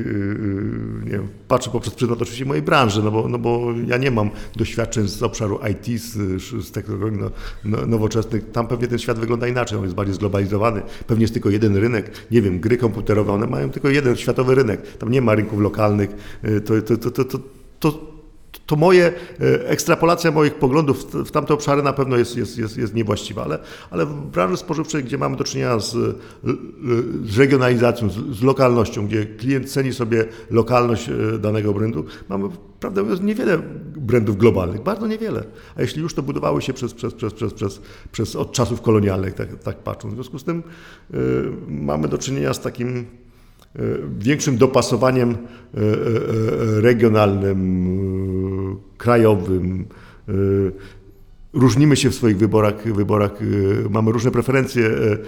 nie wiem, patrzę poprzez pryzmat oczywiście mojej branży, no bo, no bo ja nie mam doświadczeń z obszaru I T, z, z technologii no, no, nowoczesnych. Tam pewnie ten świat wygląda inaczej, on jest bardziej zglobalizowany. Pewnie jest tylko jeden rynek, nie wiem, gry komputerowe, one mają tylko jeden światowy rynek. Tam nie ma rynków lokalnych. To, to, to, to, to, to To moje, ekstrapolacja moich poglądów w tamte obszary na pewno jest, jest, jest, jest niewłaściwa, ale, ale w branży spożywczej, gdzie mamy do czynienia z, z regionalizacją, z, z lokalnością, gdzie klient ceni sobie lokalność danego brandu, mamy, prawdę mówiąc, niewiele brandów globalnych, bardzo niewiele. A jeśli już, to budowały się przez, przez, przez, przez, przez, przez od czasów kolonialnych, tak, tak patrząc. W związku z tym y, mamy do czynienia z takim większym dopasowaniem regionalnym, krajowym. Różnimy się w swoich wyborach, wyborach mamy różne preferencje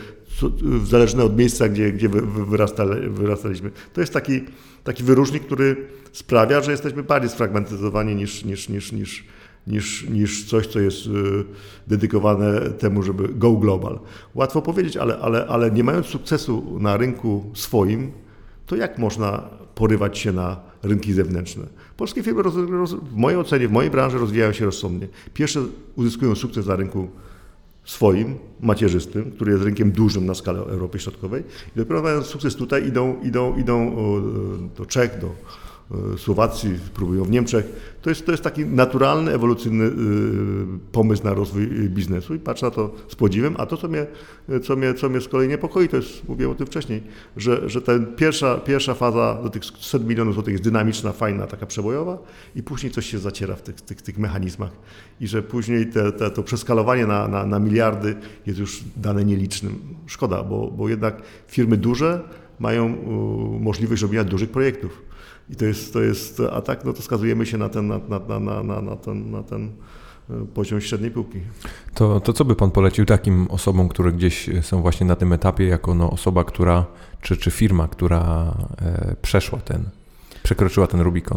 zależne od miejsca, gdzie, gdzie wyrastali, wyrastaliśmy. To jest taki, taki wyróżnik, który sprawia, że jesteśmy bardziej sfragmentyzowani niż, niż, niż, niż, niż, niż coś, co jest dedykowane temu, żeby go global. Łatwo powiedzieć, ale, ale, ale nie mając sukcesu na rynku swoim, to jak można porywać się na rynki zewnętrzne? Polskie firmy roz, roz, w mojej ocenie, w mojej branży rozwijają się rozsądnie. Pierwsze uzyskują sukces na rynku swoim, macierzystym, który jest rynkiem dużym na skalę Europy Środkowej i dopiero mając sukces tutaj idą, idą, idą do Czech, do Słowacji, próbują w Niemczech. To jest, to jest taki naturalny, ewolucyjny pomysł na rozwój biznesu i patrzę na to z podziwem, a to, co mnie, co mnie, co mnie z kolei niepokoi, to jest, mówiłem o tym wcześniej, że, że ta pierwsza, pierwsza faza do tych stu milionów złotych jest dynamiczna, fajna, taka przebojowa i później coś się zaciera w tych, tych, tych mechanizmach i że później te, te, to przeskalowanie na, na, na miliardy jest już dane nielicznym. Szkoda, bo, bo jednak firmy duże mają możliwość robienia dużych projektów. I to jest, to jest, a tak, no to skazujemy się na ten, na, na, na, na, na ten, na ten poziom średniej półki. To, to co by pan polecił takim osobom, które gdzieś są właśnie na tym etapie, jako no osoba, która, czy, czy firma, która e, przeszła ten, przekroczyła ten Rubikon?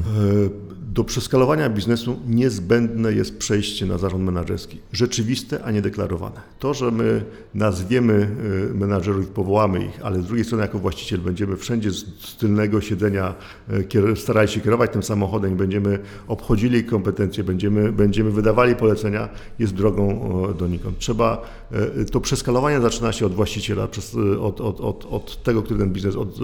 Do przeskalowania biznesu niezbędne jest przejście na zarząd menedżerski. Rzeczywiste, a nie deklarowane. To, że my nazwiemy menedżerów i powołamy ich, ale z drugiej strony jako właściciel będziemy wszędzie z tylnego siedzenia starali się kierować tym samochodem i będziemy obchodzili kompetencje, będziemy, będziemy wydawali polecenia, jest drogą donikąd. Trzeba, to przeskalowanie zaczyna się od właściciela, od, od, od, od tego, który ten biznes od,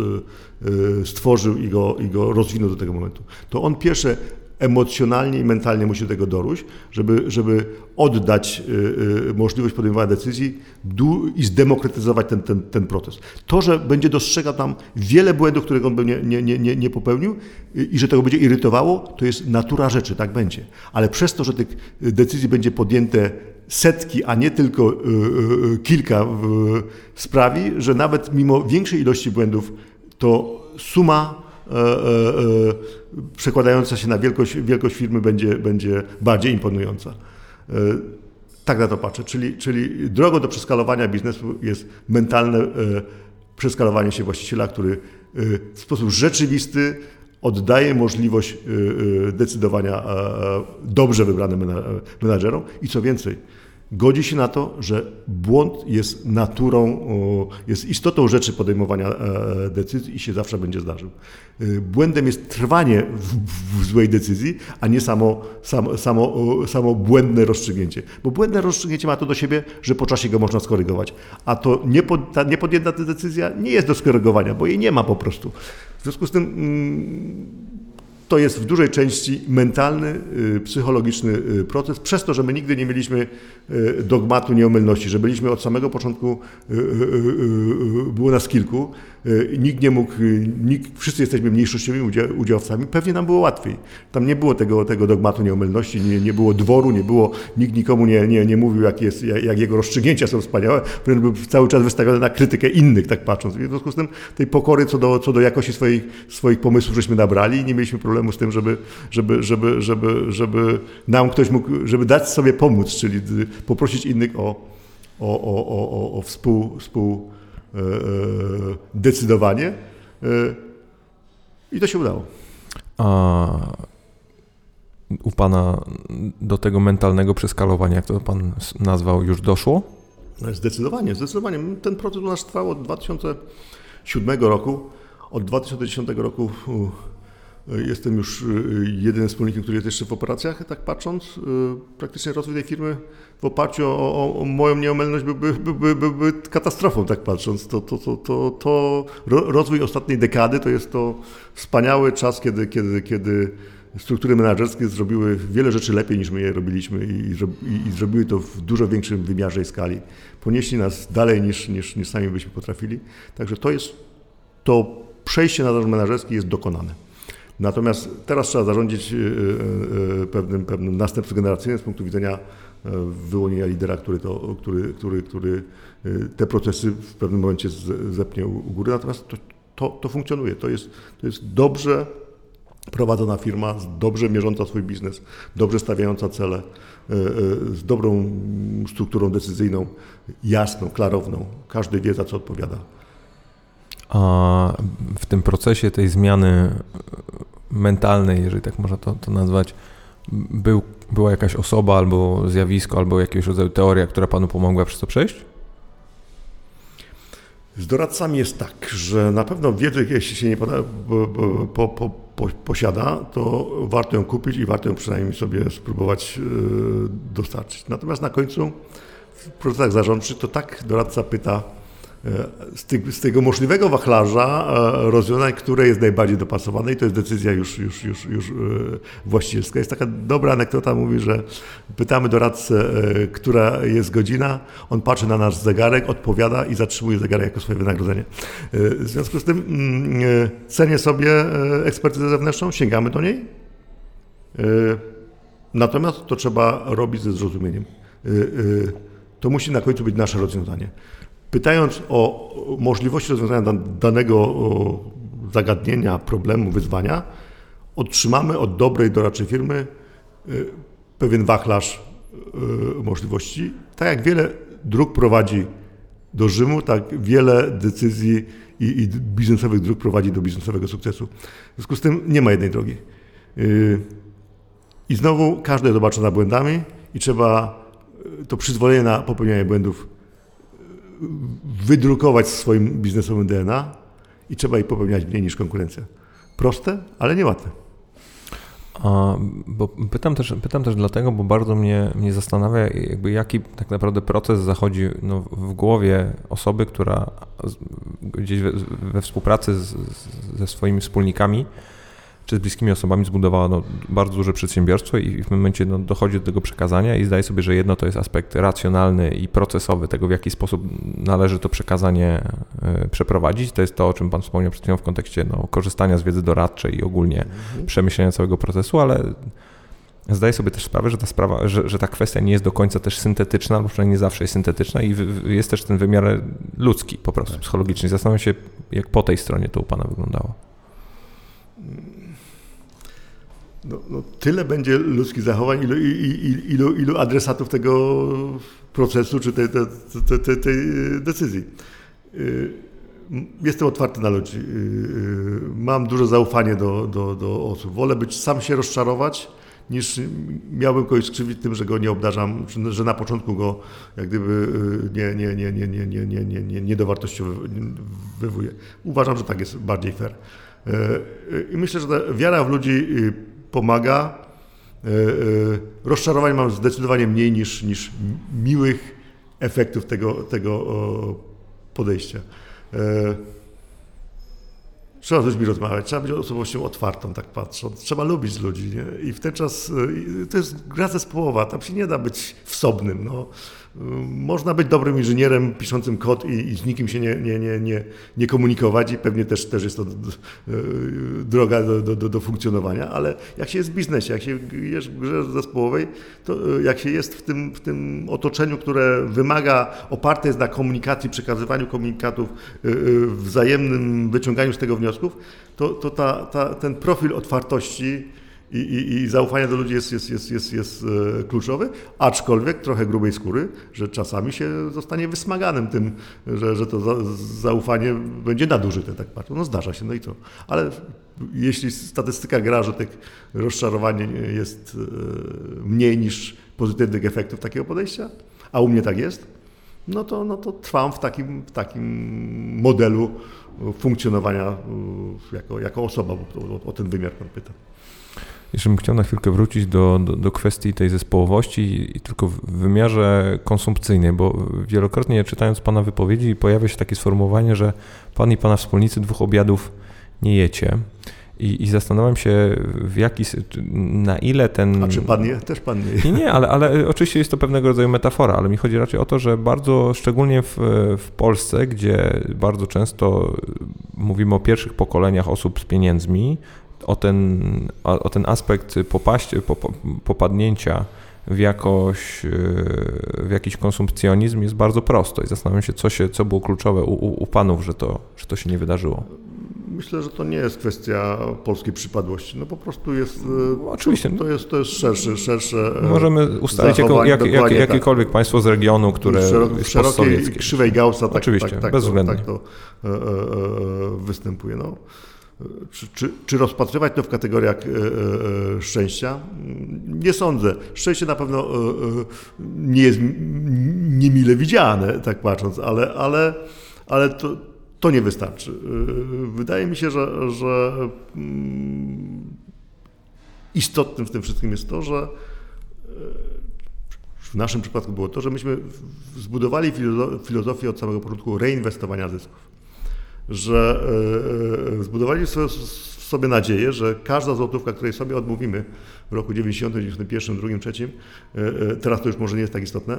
stworzył i go, i go rozwinął do tego momentu. To on pierwsze emocjonalnie i mentalnie musi do tego dojść, żeby, żeby oddać y, y, możliwość podejmowania decyzji du, i zdemokratyzować ten, ten, ten proces. To, że będzie dostrzegał tam wiele błędów, których on by nie, nie, nie, nie popełnił y, i że tego będzie irytowało, to jest natura rzeczy, tak będzie. Ale przez to, że tych decyzji będzie podjęte setki, a nie tylko y, y, kilka, y, sprawi, że nawet mimo większej ilości błędów to suma e, e, przekładająca się na wielkość, wielkość firmy będzie, będzie bardziej imponująca. E, tak na to patrzę, czyli, czyli drogą do przeskalowania biznesu jest mentalne e, przeskalowanie się właściciela, który e, w sposób rzeczywisty oddaje możliwość e, e, decydowania e, dobrze wybranym menadżerom i co więcej, godzi się na to, że błąd jest naturą, jest istotą rzeczy podejmowania decyzji i się zawsze będzie zdarzył. Błędem jest trwanie w, w złej decyzji, a nie samo, samo, samo, samo błędne rozstrzygnięcie. Bo błędne rozstrzygnięcie ma to do siebie, że po czasie go można skorygować. A to niepod, ta niepodjęta decyzja nie jest do skorygowania, bo jej nie ma po prostu. W związku z tym to jest w dużej części mentalny, psychologiczny proces, przez to, że my nigdy nie mieliśmy dogmatu nieomylności, że byliśmy od samego początku, było nas kilku, nikt nie mógł, nikt, wszyscy jesteśmy mniejszościowymi udziałowcami, pewnie nam było łatwiej. Tam nie było tego, tego dogmatu nieomylności, nie, nie było dworu, nie było, nikt nikomu nie, nie, nie mówił, jak, jest, jak, jak jego rozstrzygnięcia są wspaniałe, wręcz był cały czas wystawiony na krytykę innych, tak patrząc. W związku z tym tej pokory co do, co do jakości swoich, swoich pomysłów żeśmy nabrali i nie mieliśmy problemu z tym, żeby, żeby, żeby, żeby, żeby nam ktoś mógł, żeby dać sobie pomóc, czyli poprosić innych o, o, o, o, o współ, współ decydowanie i to się udało. A u Pana do tego mentalnego przeskalowania, jak to Pan nazwał, już doszło? Zdecydowanie, zdecydowanie. Ten proces u nas trwał od dwa tysiące siódmego roku. Od dwa tysiące dziesiątego roku jestem już jedynym wspólnikiem, który jest jeszcze w operacjach, tak patrząc. Praktycznie rozwój tej firmy w oparciu o, o, o moją nieomylność byłby, byłby, byłby katastrofą, tak patrząc. To, to, to, to, to rozwój ostatniej dekady to jest to wspaniały czas, kiedy, kiedy, kiedy struktury menedżerskie zrobiły wiele rzeczy lepiej niż my je robiliśmy i, i, i zrobiły to w dużo większym wymiarze i skali. Ponieśli nas dalej niż, niż, niż sami byśmy potrafili. Także to jest, to przejście na zarząd menedżerski jest dokonane. Natomiast teraz trzeba zarządzić pewnym, pewnym następstwem generacyjnym z punktu widzenia wyłonienia lidera, który, to, który, który, który te procesy w pewnym momencie zepnie u góry. Natomiast to, to, to funkcjonuje. To jest, to jest dobrze prowadzona firma, dobrze mierząca swój biznes, dobrze stawiająca cele, z dobrą strukturą decyzyjną, jasną, klarowną. Każdy wie, za co odpowiada. A w tym procesie tej zmiany mentalnej, jeżeli tak można to, to nazwać, był, była jakaś osoba albo zjawisko, albo jakiegoś rodzaju teoria, która Panu pomogła przez to przejść? Z doradcami jest tak, że na pewno wiedzę, jeśli się nie poda, po, po, po, po, posiada, to warto ją kupić i warto ją przynajmniej sobie spróbować dostarczyć. Natomiast na końcu w procesach zarządczych to tak doradca pyta z, ty, z tego możliwego wachlarza rozwiązań, które jest najbardziej dopasowane i to jest decyzja już, już, już, już właścicielska. Jest taka dobra anegdota, mówi, że pytamy doradcę, która jest godzina, on patrzy na nasz zegarek, odpowiada i zatrzymuje zegarek jako swoje wynagrodzenie. W związku z tym cenię sobie ekspertyzę zewnętrzną, sięgamy do niej, natomiast to trzeba robić ze zrozumieniem. To musi na końcu być nasze rozwiązanie. Pytając o możliwości rozwiązania danego zagadnienia, problemu, wyzwania, otrzymamy od dobrej doradczej firmy pewien wachlarz możliwości. Tak jak wiele dróg prowadzi do Rzymu, tak wiele decyzji i, i biznesowych dróg prowadzi do biznesowego sukcesu. W związku z tym nie ma jednej drogi. I znowu każdy jest obarczona błędami i trzeba to przyzwolenie na popełnianie błędów wydrukować w swoim biznesowym D N A i trzeba ich popełniać mniej niż konkurencja. Proste, ale niełatwe. A, bo pytam też, pytam też dlatego, bo bardzo mnie, mnie zastanawia, jakby jaki tak naprawdę proces zachodzi no, w głowie osoby, która gdzieś we, we współpracy z, ze swoimi wspólnikami czy z bliskimi osobami zbudowała no, bardzo duże przedsiębiorstwo i w pewnym momencie no, dochodzi do tego przekazania i zdaje sobie, że jedno to jest aspekt racjonalny i procesowy tego, w jaki sposób należy to przekazanie y, przeprowadzić. To jest to, o czym Pan wspomniał przed chwilą w kontekście no, korzystania z wiedzy doradczej i ogólnie mhm. przemyślenia całego procesu, ale zdaję sobie też sprawę, że ta sprawa, że, że ta kwestia nie jest do końca też syntetyczna, albo przynajmniej nie zawsze jest syntetyczna i w, jest też ten wymiar ludzki po prostu, tak. psychologiczny. Zastanawiam się, jak po tej stronie to u Pana wyglądało. No, no, tyle będzie ludzkich zachowań, ilu, ilu, ilu, ilu adresatów tego procesu czy tej, tej, tej, tej decyzji. Jestem otwarty na ludzi. Mam duże zaufanie do, do, do osób. Wolę być sam się rozczarować, niż miałbym kogoś skrzywdzić tym, że go nie obdarzam, że na początku go jak gdyby nie, nie, nie, nie, nie, nie, nie, nie, nie, nie dowartościowuję. Uważam, że tak jest bardziej fair. I myślę, że ta wiara w ludzi pomaga. Rozczarowań mam zdecydowanie mniej niż, niż miłych efektów tego, tego podejścia. Trzeba z ludźmi rozmawiać, trzeba być osobowością otwartą, tak patrząc. Trzeba lubić ludzi, nie? I w ten czas, to jest gra zespołowa, tam się nie da być wsobnym. No. Można być dobrym inżynierem piszącym kod i, i z nikim się nie, nie, nie, nie, nie komunikować i pewnie też, też jest to droga do, do, do funkcjonowania, ale jak się jest w biznesie, jak się jest w grze zespołowej, to jak się jest w tym, w tym otoczeniu, które wymaga, oparte jest na komunikacji, przekazywaniu komunikatów, wzajemnym wyciąganiu z tego wniosków, to, to ta, ta, ten profil otwartości I, i, i zaufanie do ludzi jest, jest, jest, jest, jest kluczowy, aczkolwiek trochę grubej skóry, że czasami się zostanie wysmaganym tym, że, że to za, zaufanie będzie nadużyte, tak patrzę. No zdarza się, no i co. Ale jeśli statystyka gra, że tych rozczarowań jest mniej niż pozytywnych efektów takiego podejścia, a u mnie tak jest, no to, no to trwam w takim, w takim modelu funkcjonowania jako, jako osoba, bo o, o ten wymiar pan pyta. Jeszcze bym chciał na chwilkę wrócić do, do, do kwestii tej zespołowości i, i tylko w wymiarze konsumpcyjnym, bo wielokrotnie czytając Pana wypowiedzi pojawia się takie sformułowanie, że Pan i Pana wspólnicy dwóch obiadów nie jecie. I, i zastanawiam się, w jaki, na ile ten... A czy Pan je? Też Pan nie je. Nie, nie, ale, ale oczywiście jest to pewnego rodzaju metafora, ale mi chodzi raczej o to, że bardzo, szczególnie w, w Polsce, gdzie bardzo często mówimy o pierwszych pokoleniach osób z pieniędzmi, o ten, o ten aspekt popaście, popadnięcia w, jakoś, w jakiś konsumpcjonizm jest bardzo prosto i zastanawiam się, co, się, co było kluczowe u, u, u panów, że to, że to się nie wydarzyło. Myślę, że to nie jest kwestia polskiej przypadłości. No po prostu jest. No, oczywiście. To, to jest, to jest szersze, szersze. Możemy ustalić jako, jak, jak, jakiekolwiek tak. państwo z regionu, które Szerok, jest w szerokiej postsowieckie. krzywej Gaussa tak, oczywiście, tak, tak, bezwzględnie. To, tak to e, e, występuje. No. Czy, czy, czy rozpatrywać to w kategoriach e, e, szczęścia? Nie sądzę. Szczęście na pewno e, e, nie jest niemile widziane, tak patrząc, ale, ale, ale to, to nie wystarczy. Wydaje mi się, że, że istotnym w tym wszystkim jest to, że w naszym przypadku było to, że myśmy zbudowali filozofię od samego początku reinwestowania zysków. Że zbudowali sobie nadzieję, że każda złotówka, której sobie odmówimy w roku dziewięćdziesiątym, dziewięćdziesiątym pierwszym, drugim, trzecim, teraz to już może nie jest tak istotne,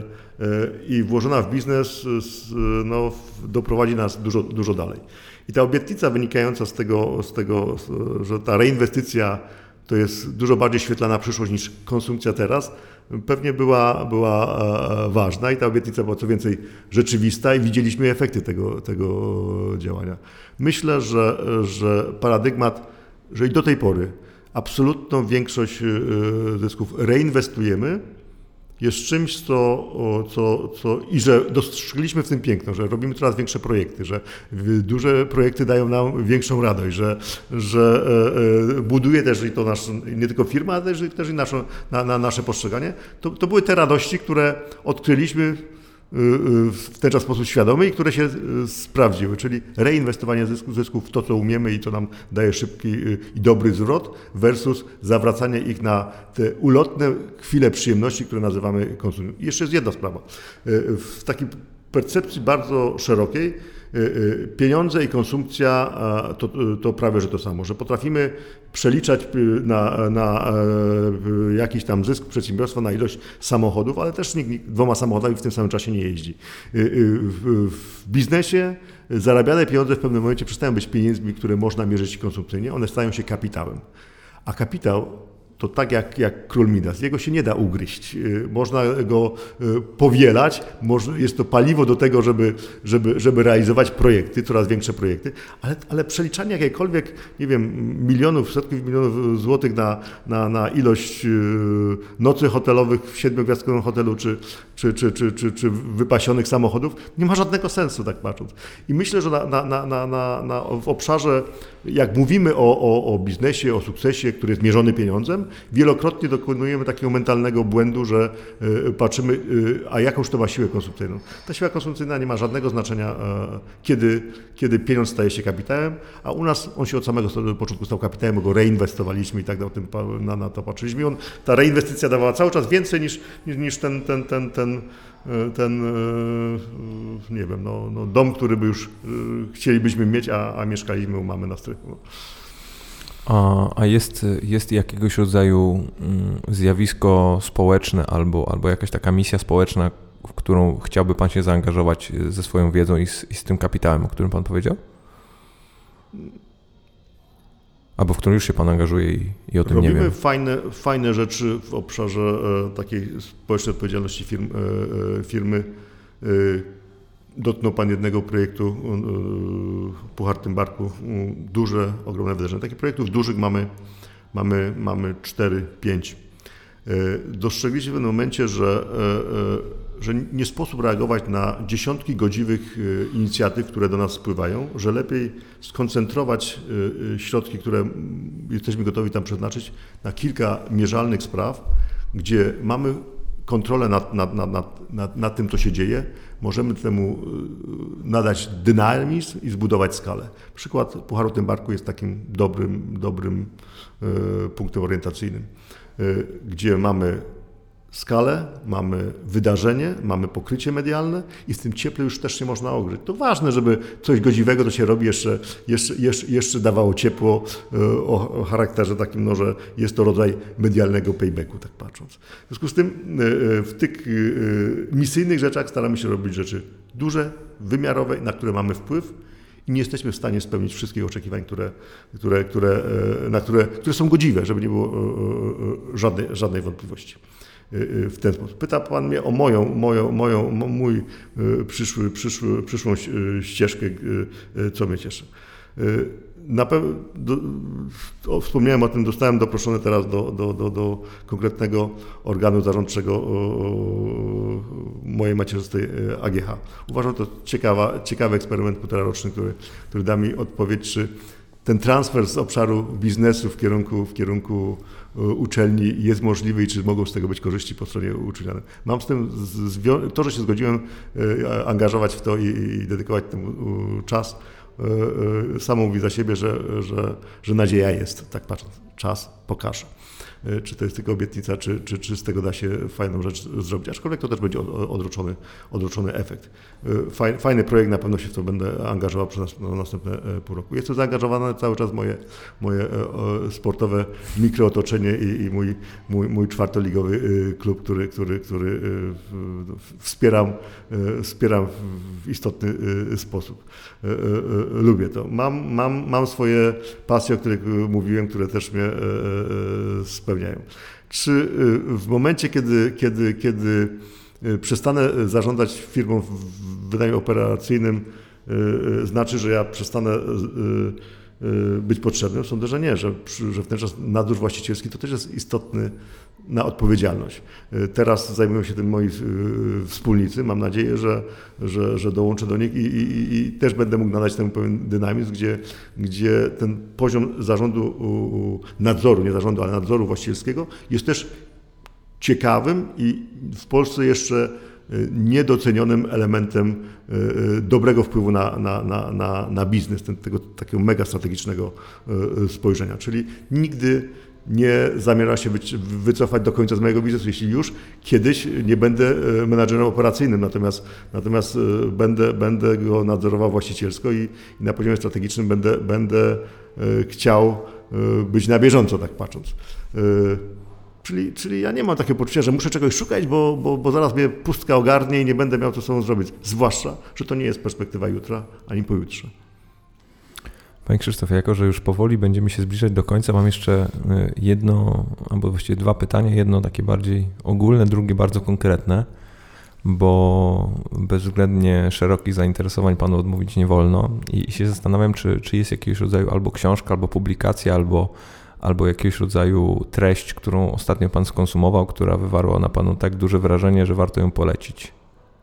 i włożona w biznes no, doprowadzi nas dużo, dużo dalej. I ta obietnica wynikająca z tego, z tego, że ta reinwestycja to jest dużo bardziej świetlana przyszłość niż konsumpcja teraz, pewnie była, była ważna i ta obietnica była co więcej rzeczywista i widzieliśmy efekty tego, tego działania. Myślę, że, że paradygmat, że i do tej pory absolutną większość zysków reinwestujemy, jest czymś, co, co, co i że dostrzegliśmy w tym piękno, że robimy coraz większe projekty, że duże projekty dają nam większą radość, że, że buduje też i to nasz, nie tylko firma, ale też, też i nasze, na, na nasze postrzeganie. To, to były te radości, które odkryliśmy w ten czas w sposób świadomy i które się sprawdziły, czyli reinwestowanie zysków, zysków w to, co umiemy i co nam daje szybki i dobry zwrot versus zawracanie ich na te ulotne chwile przyjemności, które nazywamy konsumem. I jeszcze jest jedna sprawa. W takiej percepcji bardzo szerokiej pieniądze i konsumpcja to, to prawie że to samo, że potrafimy przeliczać na, na jakiś tam zysk przedsiębiorstwa, na ilość samochodów, ale też nikt dwoma samochodami w tym samym czasie nie jeździ. W biznesie zarabiane pieniądze w pewnym momencie przestają być pieniędzmi, które można mierzyć konsumpcyjnie, one stają się kapitałem. A kapitał to tak jak, jak król Midas. Jego się nie da ugryźć. Można go powielać, można, jest to paliwo do tego, żeby, żeby, żeby realizować projekty, coraz większe projekty, ale, ale przeliczanie jakiejkolwiek, nie wiem, milionów, setków milionów złotych na, na, na ilość nocy hotelowych w siedmiogwiazdkowym hotelu, czy, czy, czy, czy, czy, czy wypasionych samochodów, nie ma żadnego sensu, tak patrząc. I myślę, że na, na, na, na, na, w obszarze, jak mówimy o, o, o biznesie, o sukcesie, który jest mierzony pieniądzem, wielokrotnie dokonujemy takiego mentalnego błędu, że patrzymy, a jakąż to ma siłę konsumpcyjną. Ta siła konsumpcyjna nie ma żadnego znaczenia, kiedy, kiedy pieniądz staje się kapitałem, a u nas on się od samego początku stał kapitałem, bo go reinwestowaliśmy i tak na, tym, na, na to patrzyliśmy. On, ta reinwestycja dawała cały czas więcej niż, niż, niż ten, ten, ten, ten, ten nie wiem, no, no dom, który by już chcielibyśmy mieć, a, a mieszkaliśmy u mamy na strychu. A, a jest, jest jakiegoś rodzaju zjawisko społeczne albo, albo jakaś taka misja społeczna, w którą chciałby Pan się zaangażować ze swoją wiedzą i z, i z tym kapitałem, o którym Pan powiedział? Albo w którą już się Pan angażuje i, i o tym Robimy nie wiem. Robimy fajne, fajne rzeczy w obszarze e, takiej społecznej odpowiedzialności firm, e, firmy. E, dotknął Pan jednego projektu e, Puchar Tymbarku. Duże, ogromne wydarzenie. Takich projektów dużych mamy, mamy, mamy cztery, pięć. E, dostrzegliśmy w pewnym momencie, że, e, że nie sposób reagować na dziesiątki godziwych inicjatyw, które do nas spływają, że lepiej skoncentrować środki, które jesteśmy gotowi tam przeznaczyć, na kilka mierzalnych spraw, gdzie mamy kontrolę nad, nad, nad, nad, nad, nad tym, co się dzieje, możemy temu nadać dynamizm i zbudować skalę. Przykład Pucharu Tymbarku jest takim dobrym, dobrym punktem orientacyjnym, gdzie mamy skalę, mamy wydarzenie, mamy pokrycie medialne i z tym cieple już też się można ogrzeć. To ważne, żeby coś godziwego, to się robi, jeszcze, jeszcze, jeszcze, jeszcze dawało ciepło o, o charakterze takim, no, że jest to rodzaj medialnego paybacku, tak patrząc. W związku z tym w tych misyjnych rzeczach staramy się robić rzeczy duże, wymiarowe, na które mamy wpływ i nie jesteśmy w stanie spełnić wszystkich oczekiwań, które, które, które, na które, które są godziwe, żeby nie było żadnej, żadnej wątpliwości. W ten sposób. Pyta Pan mnie o moją, moją, moją, mój przyszły, przyszły, przyszłą ścieżkę, co mnie cieszy. Na pewno, do, wspomniałem o tym, zostałem doproszony teraz do, do, do, do konkretnego organu zarządczego mojej macierzystej A G H. Uważam to ciekawa, ciekawy eksperyment półtoraroczny, który, który da mi odpowiedź, czy ten transfer z obszaru biznesu w kierunku, w kierunku uczelni jest możliwy i czy mogą z tego być korzyści po stronie uczelnianej. Mam z tym, to, że się zgodziłem angażować w to i, i dedykować temu czas, samo mówi za siebie, że, że, że nadzieja jest, tak patrząc. Czas pokaże. Czy to jest tylko obietnica, czy, czy, czy z tego da się fajną rzecz zrobić. Aczkolwiek to też będzie odroczony, odroczony efekt. Fajny projekt, na pewno się w to będę angażował przez następne pół roku. Jestem zaangażowany cały czas w moje, moje sportowe mikrootoczenie i, i mój, mój, mój czwartoligowy klub, który, który, który wspieram, wspieram w istotny sposób. Lubię to. Mam, mam, mam swoje pasje, o których mówiłem, które też mnie spełniają. Czy w momencie, kiedy, kiedy, kiedy przestanę zarządzać firmą w wydaniu operacyjnym, znaczy, że ja przestanę być potrzebny? Sądzę, że nie, że, że wtenczas nadzór właścicielski to też jest istotny na odpowiedzialność. Teraz zajmują się tym moi wspólnicy. Mam nadzieję, że, że, że dołączę do nich i, i, i też będę mógł nadać temu pewien dynamizm, gdzie, gdzie ten poziom zarządu, nadzoru, nie zarządu, ale nadzoru właścicielskiego jest też ciekawym i w Polsce jeszcze niedocenionym elementem dobrego wpływu na, na, na, na, na biznes, ten, tego takiego mega strategicznego spojrzenia. Czyli nigdy nie zamierzam się wycofać do końca z mojego biznesu, jeśli już kiedyś nie będę menadżerem operacyjnym, natomiast, natomiast będę, będę go nadzorował właścicielsko i, i na poziomie strategicznym będę, będę chciał być na bieżąco, tak patrząc. Czyli, czyli ja nie mam takiego poczucia, że muszę czegoś szukać, bo, bo, bo zaraz mnie pustka ogarnie i nie będę miał co z sobą zrobić. Zwłaszcza, że to nie jest perspektywa jutra ani pojutrze. Panie Krzysztofie, jako że już powoli będziemy się zbliżać do końca, mam jeszcze jedno, albo właściwie dwa pytania. Jedno takie bardziej ogólne, drugie bardzo konkretne, bo bezwzględnie szerokich zainteresowań Panu odmówić nie wolno i, i się zastanawiam, czy, czy jest jakiegoś rodzaju albo książka, albo publikacja, albo albo jakiegoś rodzaju treść, którą ostatnio Pan skonsumował, która wywarła na Panu tak duże wrażenie, że warto ją polecić?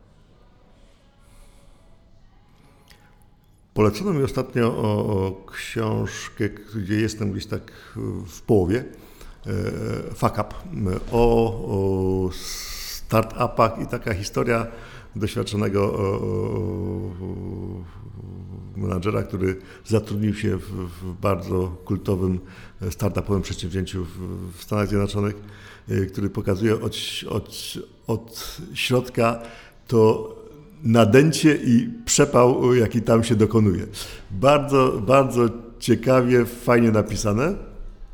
Polecono mi ostatnio o, o książkę, gdzie jestem gdzieś tak w połowie, Fuck Up, o, o start-upach i taka historia doświadczonego menadżera, który zatrudnił się w, w bardzo kultowym startupowym przedsięwzięciu w, w Stanach Zjednoczonych, który pokazuje od, od, od środka to nadęcie i przepał, jaki tam się dokonuje. Bardzo, bardzo ciekawie, fajnie napisane.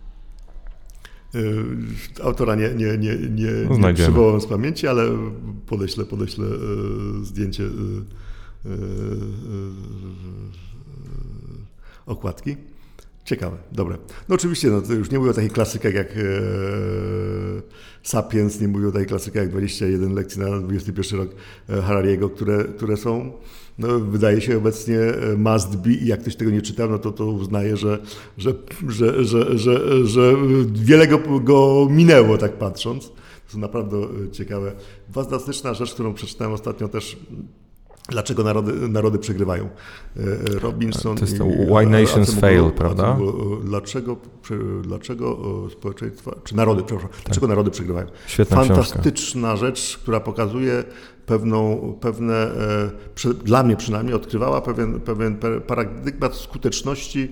Autora nie, nie, nie, nie, nie przywołam z pamięci, ale podeślę, podeślę zdjęcie okładki. Ciekawe, dobre. No oczywiście, no to już nie mówię o takich klasykach jak e, Sapiens, nie mówię o takich klasykach jak dwadzieścia jeden lekcji na dwudziesty pierwszy rok Harariego, które, które są, no, wydaje się obecnie must be i jak ktoś tego nie czytał, no to, to uznaje, że, że, że, że, że, że wiele go, go minęło, tak patrząc. To są naprawdę ciekawe. Fantastyczna rzecz, którą przeczytałem ostatnio też. Dlaczego narody, narody przegrywają? Robinson. To jest to Why Nations Fail, prawda? Dlaczego, dlaczego społeczeństwa, czy narody, przepraszam, tak. Dlaczego narody przegrywają? Świetna Fantastyczna książka. rzecz, która pokazuje pewną, pewne, dla mnie przynajmniej odkrywała pewien, pewien paradygmat skuteczności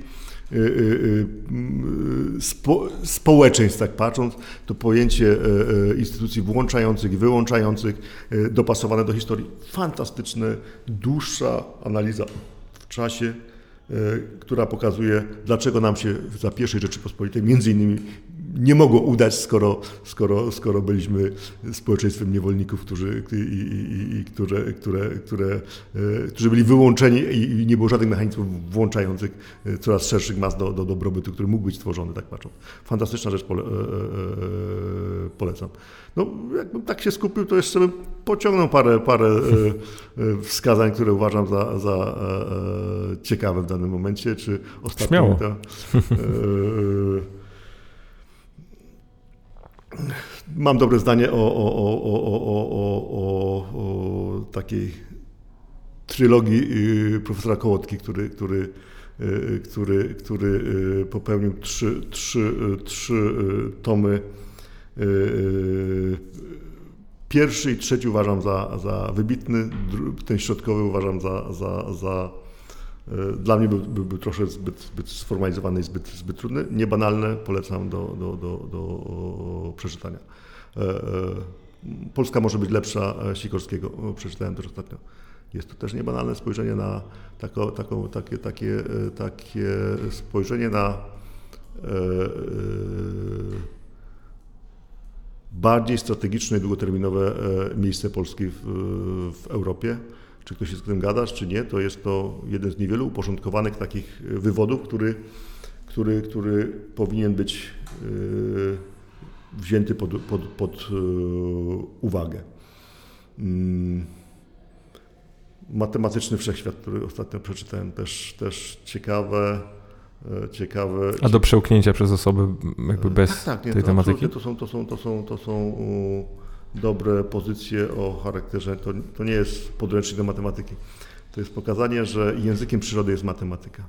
Spo, społeczeństw, tak patrząc, to pojęcie instytucji włączających i wyłączających, dopasowane do historii. Fantastyczna, dłuższa analiza w czasie, która pokazuje, dlaczego nam się za pierwszej Rzeczypospolitej między innymi nie mogło udać, skoro, skoro, skoro byliśmy społeczeństwem niewolników, którzy, i, i, i, które, które, które, którzy byli wyłączeni i nie było żadnych mechanizmów włączających coraz szerszych mas do, do dobrobytu, który mógł być stworzony, tak patrząc. Fantastyczna rzecz, pole, polecam. No, jakbym tak się skupił, to jeszcze bym pociągnął parę, parę wskazań, które uważam za, za ciekawe w danym momencie, czy ostatnio. Śmiało. To, Mam dobre zdanie o, o, o, o, o, o, o, o takiej trylogii profesora Kołotki, który, który, który, który popełnił trzy, trzy, trzy tomy. Pierwszy i trzeci uważam za, za wybitny, ten środkowy uważam za, za, za dla mnie był, był, był troszkę zbyt, zbyt sformalizowany i zbyt, zbyt trudny. Niebanalne, polecam do, do, do, do przeczytania. Polska może być lepsza Sikorskiego, przeczytałem też ostatnio. Jest to też niebanalne spojrzenie na tako, taką, takie, takie, takie spojrzenie na bardziej strategiczne i długoterminowe miejsce Polski w, w Europie. Czy ktoś się z tym gadasz, czy nie, to jest to jeden z niewielu uporządkowanych takich wywodów, który, który, który powinien być wzięty pod, pod, pod uwagę. Matematyczny wszechświat, który ostatnio przeczytałem, też, też ciekawe, ciekawe. A do przełknięcia przez osoby jakby bez tak, tak, nie, tej to tematyki? To są, to są, to są, to są dobre pozycje o charakterze, to, to nie jest podręcznik do matematyki. To jest pokazanie, że językiem przyrody jest matematyka.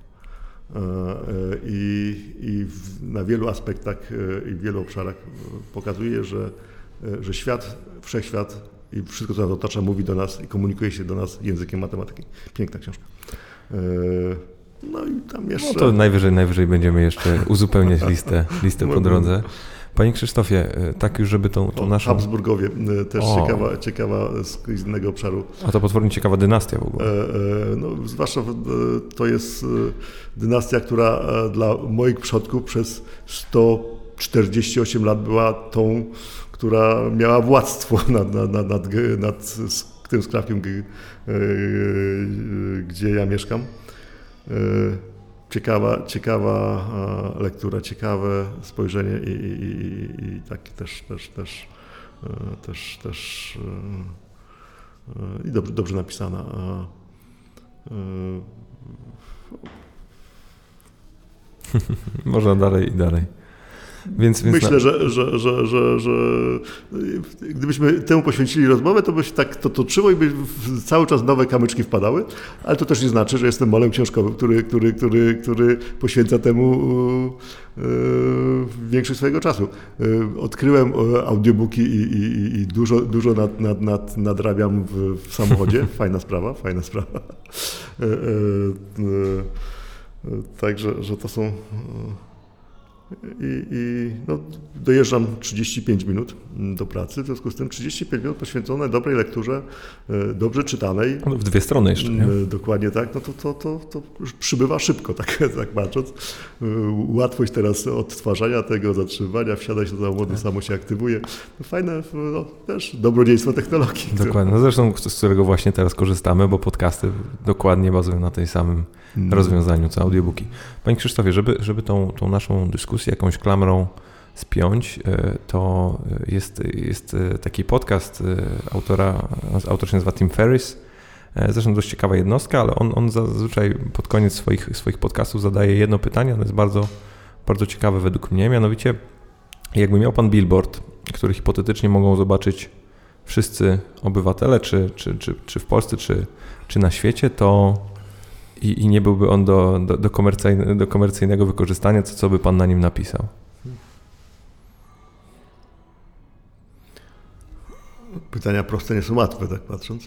I, i w, na wielu aspektach i w wielu obszarach pokazuje, że, że świat, wszechświat i wszystko, co nas otacza, mówi do nas i komunikuje się do nas językiem matematyki. Piękna książka. No i tam jeszcze... No to najwyżej, najwyżej będziemy jeszcze uzupełniać listę, listę po drodze. Panie Krzysztofie, tak już, żeby tą, tą o, naszą... Habsburgowie, też ciekawa, ciekawa z innego obszaru. A to potwornie ciekawa dynastia w ogóle. No, zwłaszcza to jest dynastia, która dla moich przodków przez sto czterdzieści osiem lat była tą, która miała władztwo nad, nad, nad, nad, nad tym skrawkiem, gdzie ja mieszkam. Ciekawa, ciekawa lektura, ciekawe spojrzenie i, i, i, i tak też, też, też, też, też i dobrze, dobrze napisana. Można dalej i dalej. Więc, więc Myślę, na... że, że, że, że, że gdybyśmy temu poświęcili rozmowę, to by się tak to toczyło i by cały czas nowe kamyczki wpadały, ale to też nie znaczy, że jestem molem książkowym, który, który, który, który poświęca temu większość swojego czasu. Odkryłem audiobooki i, i, i dużo, dużo nad, nad, nad, nadrabiam w, w samochodzie. Fajna sprawa, fajna sprawa. Także, że to są... I, i no, dojeżdżam trzydzieści pięć minut do pracy, w związku z tym trzydzieści pięć minut poświęcone dobrej lekturze, dobrze czytanej. W dwie strony jeszcze, nie? Dokładnie tak, no to, to, to, to przybywa szybko, tak, tak patrząc. Łatwość teraz odtwarzania tego, zatrzymywania, wsiada się do samochodu, samo się aktywuje. No fajne, no, też dobrodziejstwo technologii. Dokładnie, no zresztą z którego właśnie teraz korzystamy, bo podcasty dokładnie bazują na tej samym rozwiązaniu, co audiobooki. Panie Krzysztofie, żeby, żeby tą, tą naszą dyskusję jakąś klamrą spiąć, to jest, jest taki podcast autora, autor się nazywa Tim Ferriss, zresztą dość ciekawa jednostka, ale on, on zazwyczaj pod koniec swoich, swoich podcastów zadaje jedno pytanie, ono jest bardzo, bardzo ciekawe według mnie, mianowicie jakby miał pan billboard, który hipotetycznie mogą zobaczyć wszyscy obywatele, czy, czy, czy, czy w Polsce, czy, czy na świecie, to i, i nie byłby on do, do, do, komercyjne, do komercyjnego wykorzystania, to co by pan na nim napisał? Pytania proste nie są łatwe, tak patrząc.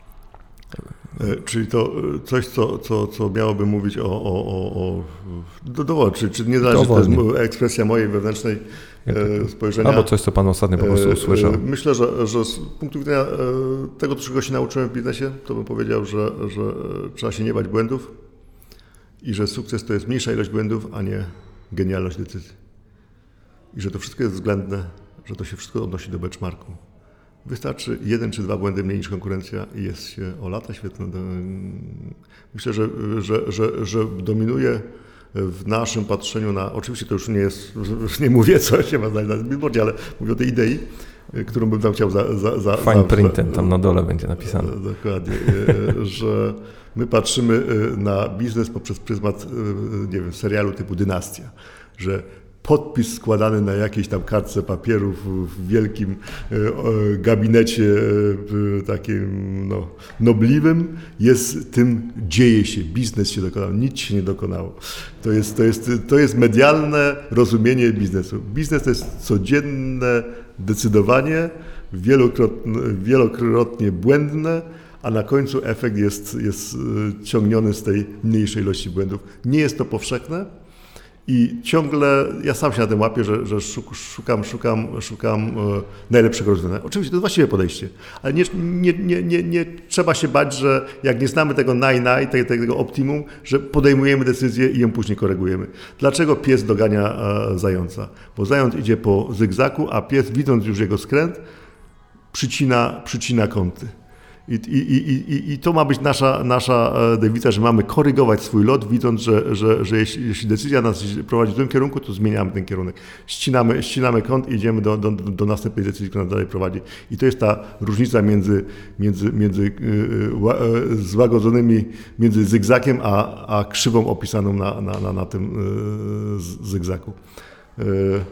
Czyli to coś, co, co, co miałoby mówić o... o, o, o do, do, czy, czy nie zależy, to jest ekspresja mojej wewnętrznej e, spojrzenia. Albo coś, co pan ostatnio po prostu usłyszał. E, myślę, że, że z punktu widzenia e, tego, czego się nauczyłem w biznesie, to bym powiedział, że, że trzeba się nie bać błędów i że sukces to jest mniejsza ilość błędów, a nie genialność decyzji. I że to wszystko jest względne, że to się wszystko odnosi do benchmarku. Wystarczy jeden czy dwa błędy mniej niż konkurencja i jest się o lata świetne. Myślę, że, że, że, że dominuje w naszym patrzeniu na... Oczywiście to już nie jest... Nie mówię, co się ma znaleźć na billboardzie, ale mówię o tej idei, którą bym tam chciał za... za, za Fine za, printem, tam na dole będzie napisane. Dokładnie. Że my patrzymy na biznes poprzez pryzmat, nie wiem, serialu typu Dynastia, że podpis składany na jakiejś tam kartce papieru w wielkim gabinecie takim no, nobliwym jest tym, dzieje się, biznes się dokonał, nic się nie dokonało. To jest, to jest, to jest medialne rozumienie biznesu. Biznes to jest codzienne decydowanie, wielokrotnie, wielokrotnie błędne, a na końcu efekt jest, jest ciągniony z tej mniejszej ilości błędów. Nie jest to powszechne. I ciągle, ja sam się na tym łapię, że, że szukam, szukam, szukam najlepszego rozwiązania. Oczywiście to jest właściwe podejście, ale nie, nie, nie, nie, nie trzeba się bać, że jak nie znamy tego naj-naj, tego, tego optimum, że podejmujemy decyzję i ją później korygujemy. Dlaczego pies dogania zająca? Bo zając idzie po zygzaku, a pies, widząc już jego skręt, przycina, przycina kąty. I, i, i, i, I to ma być nasza, nasza dewiza, że mamy korygować swój lot, widząc, że, że, że jeśli, jeśli decyzja nas prowadzi w tym kierunku, to zmieniamy ten kierunek. Ścinamy, ścinamy kąt i idziemy do, do, do następnej decyzji, która nas dalej prowadzi. I to jest ta różnica między, między, między yy, złagodzonymi, między zygzakiem, a, a krzywą opisaną na, na, na, na tym yy, zygzaku. Yy.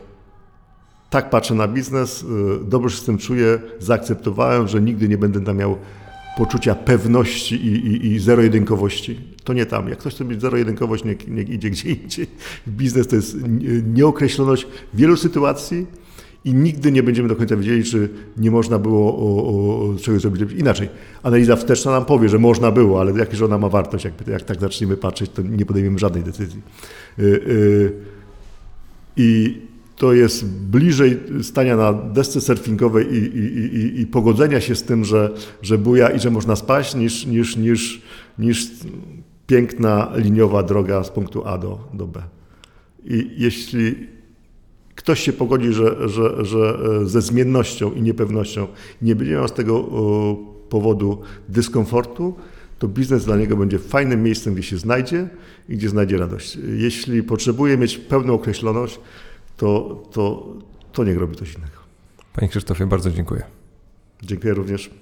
Tak patrzę na biznes, dobrze się z tym czuję, zaakceptowałem, że nigdy nie będę tam miał poczucia pewności i, i, i zero-jedynkowości. To nie tam. Jak ktoś chce mieć zero-jedynkowość, niech, niech idzie gdzie indziej. Biznes to jest nieokreśloność wielu sytuacji i nigdy nie będziemy do końca wiedzieli, czy nie można było o, o, czegoś zrobić inaczej. Analiza wsteczna nam powie, że można było, ale jak że ona ma wartość, jak, jak tak zaczniemy patrzeć, to nie podejmiemy żadnej decyzji. Yy, yy, I to jest bliżej stania na desce surfingowej i, i, i, i pogodzenia się z tym, że, że buja i że można spaść, niż, niż, niż, niż piękna, liniowa droga z punktu A do, do B. I jeśli ktoś się pogodzi, że, że, że ze zmiennością i niepewnością nie będzie miał z tego powodu dyskomfortu, to biznes dla niego będzie fajnym miejscem, gdzie się znajdzie i gdzie znajdzie radość. Jeśli potrzebuje mieć pełną określoność, to, to, to niech robi coś innego. Panie Krzysztofie, bardzo dziękuję. Dziękuję również.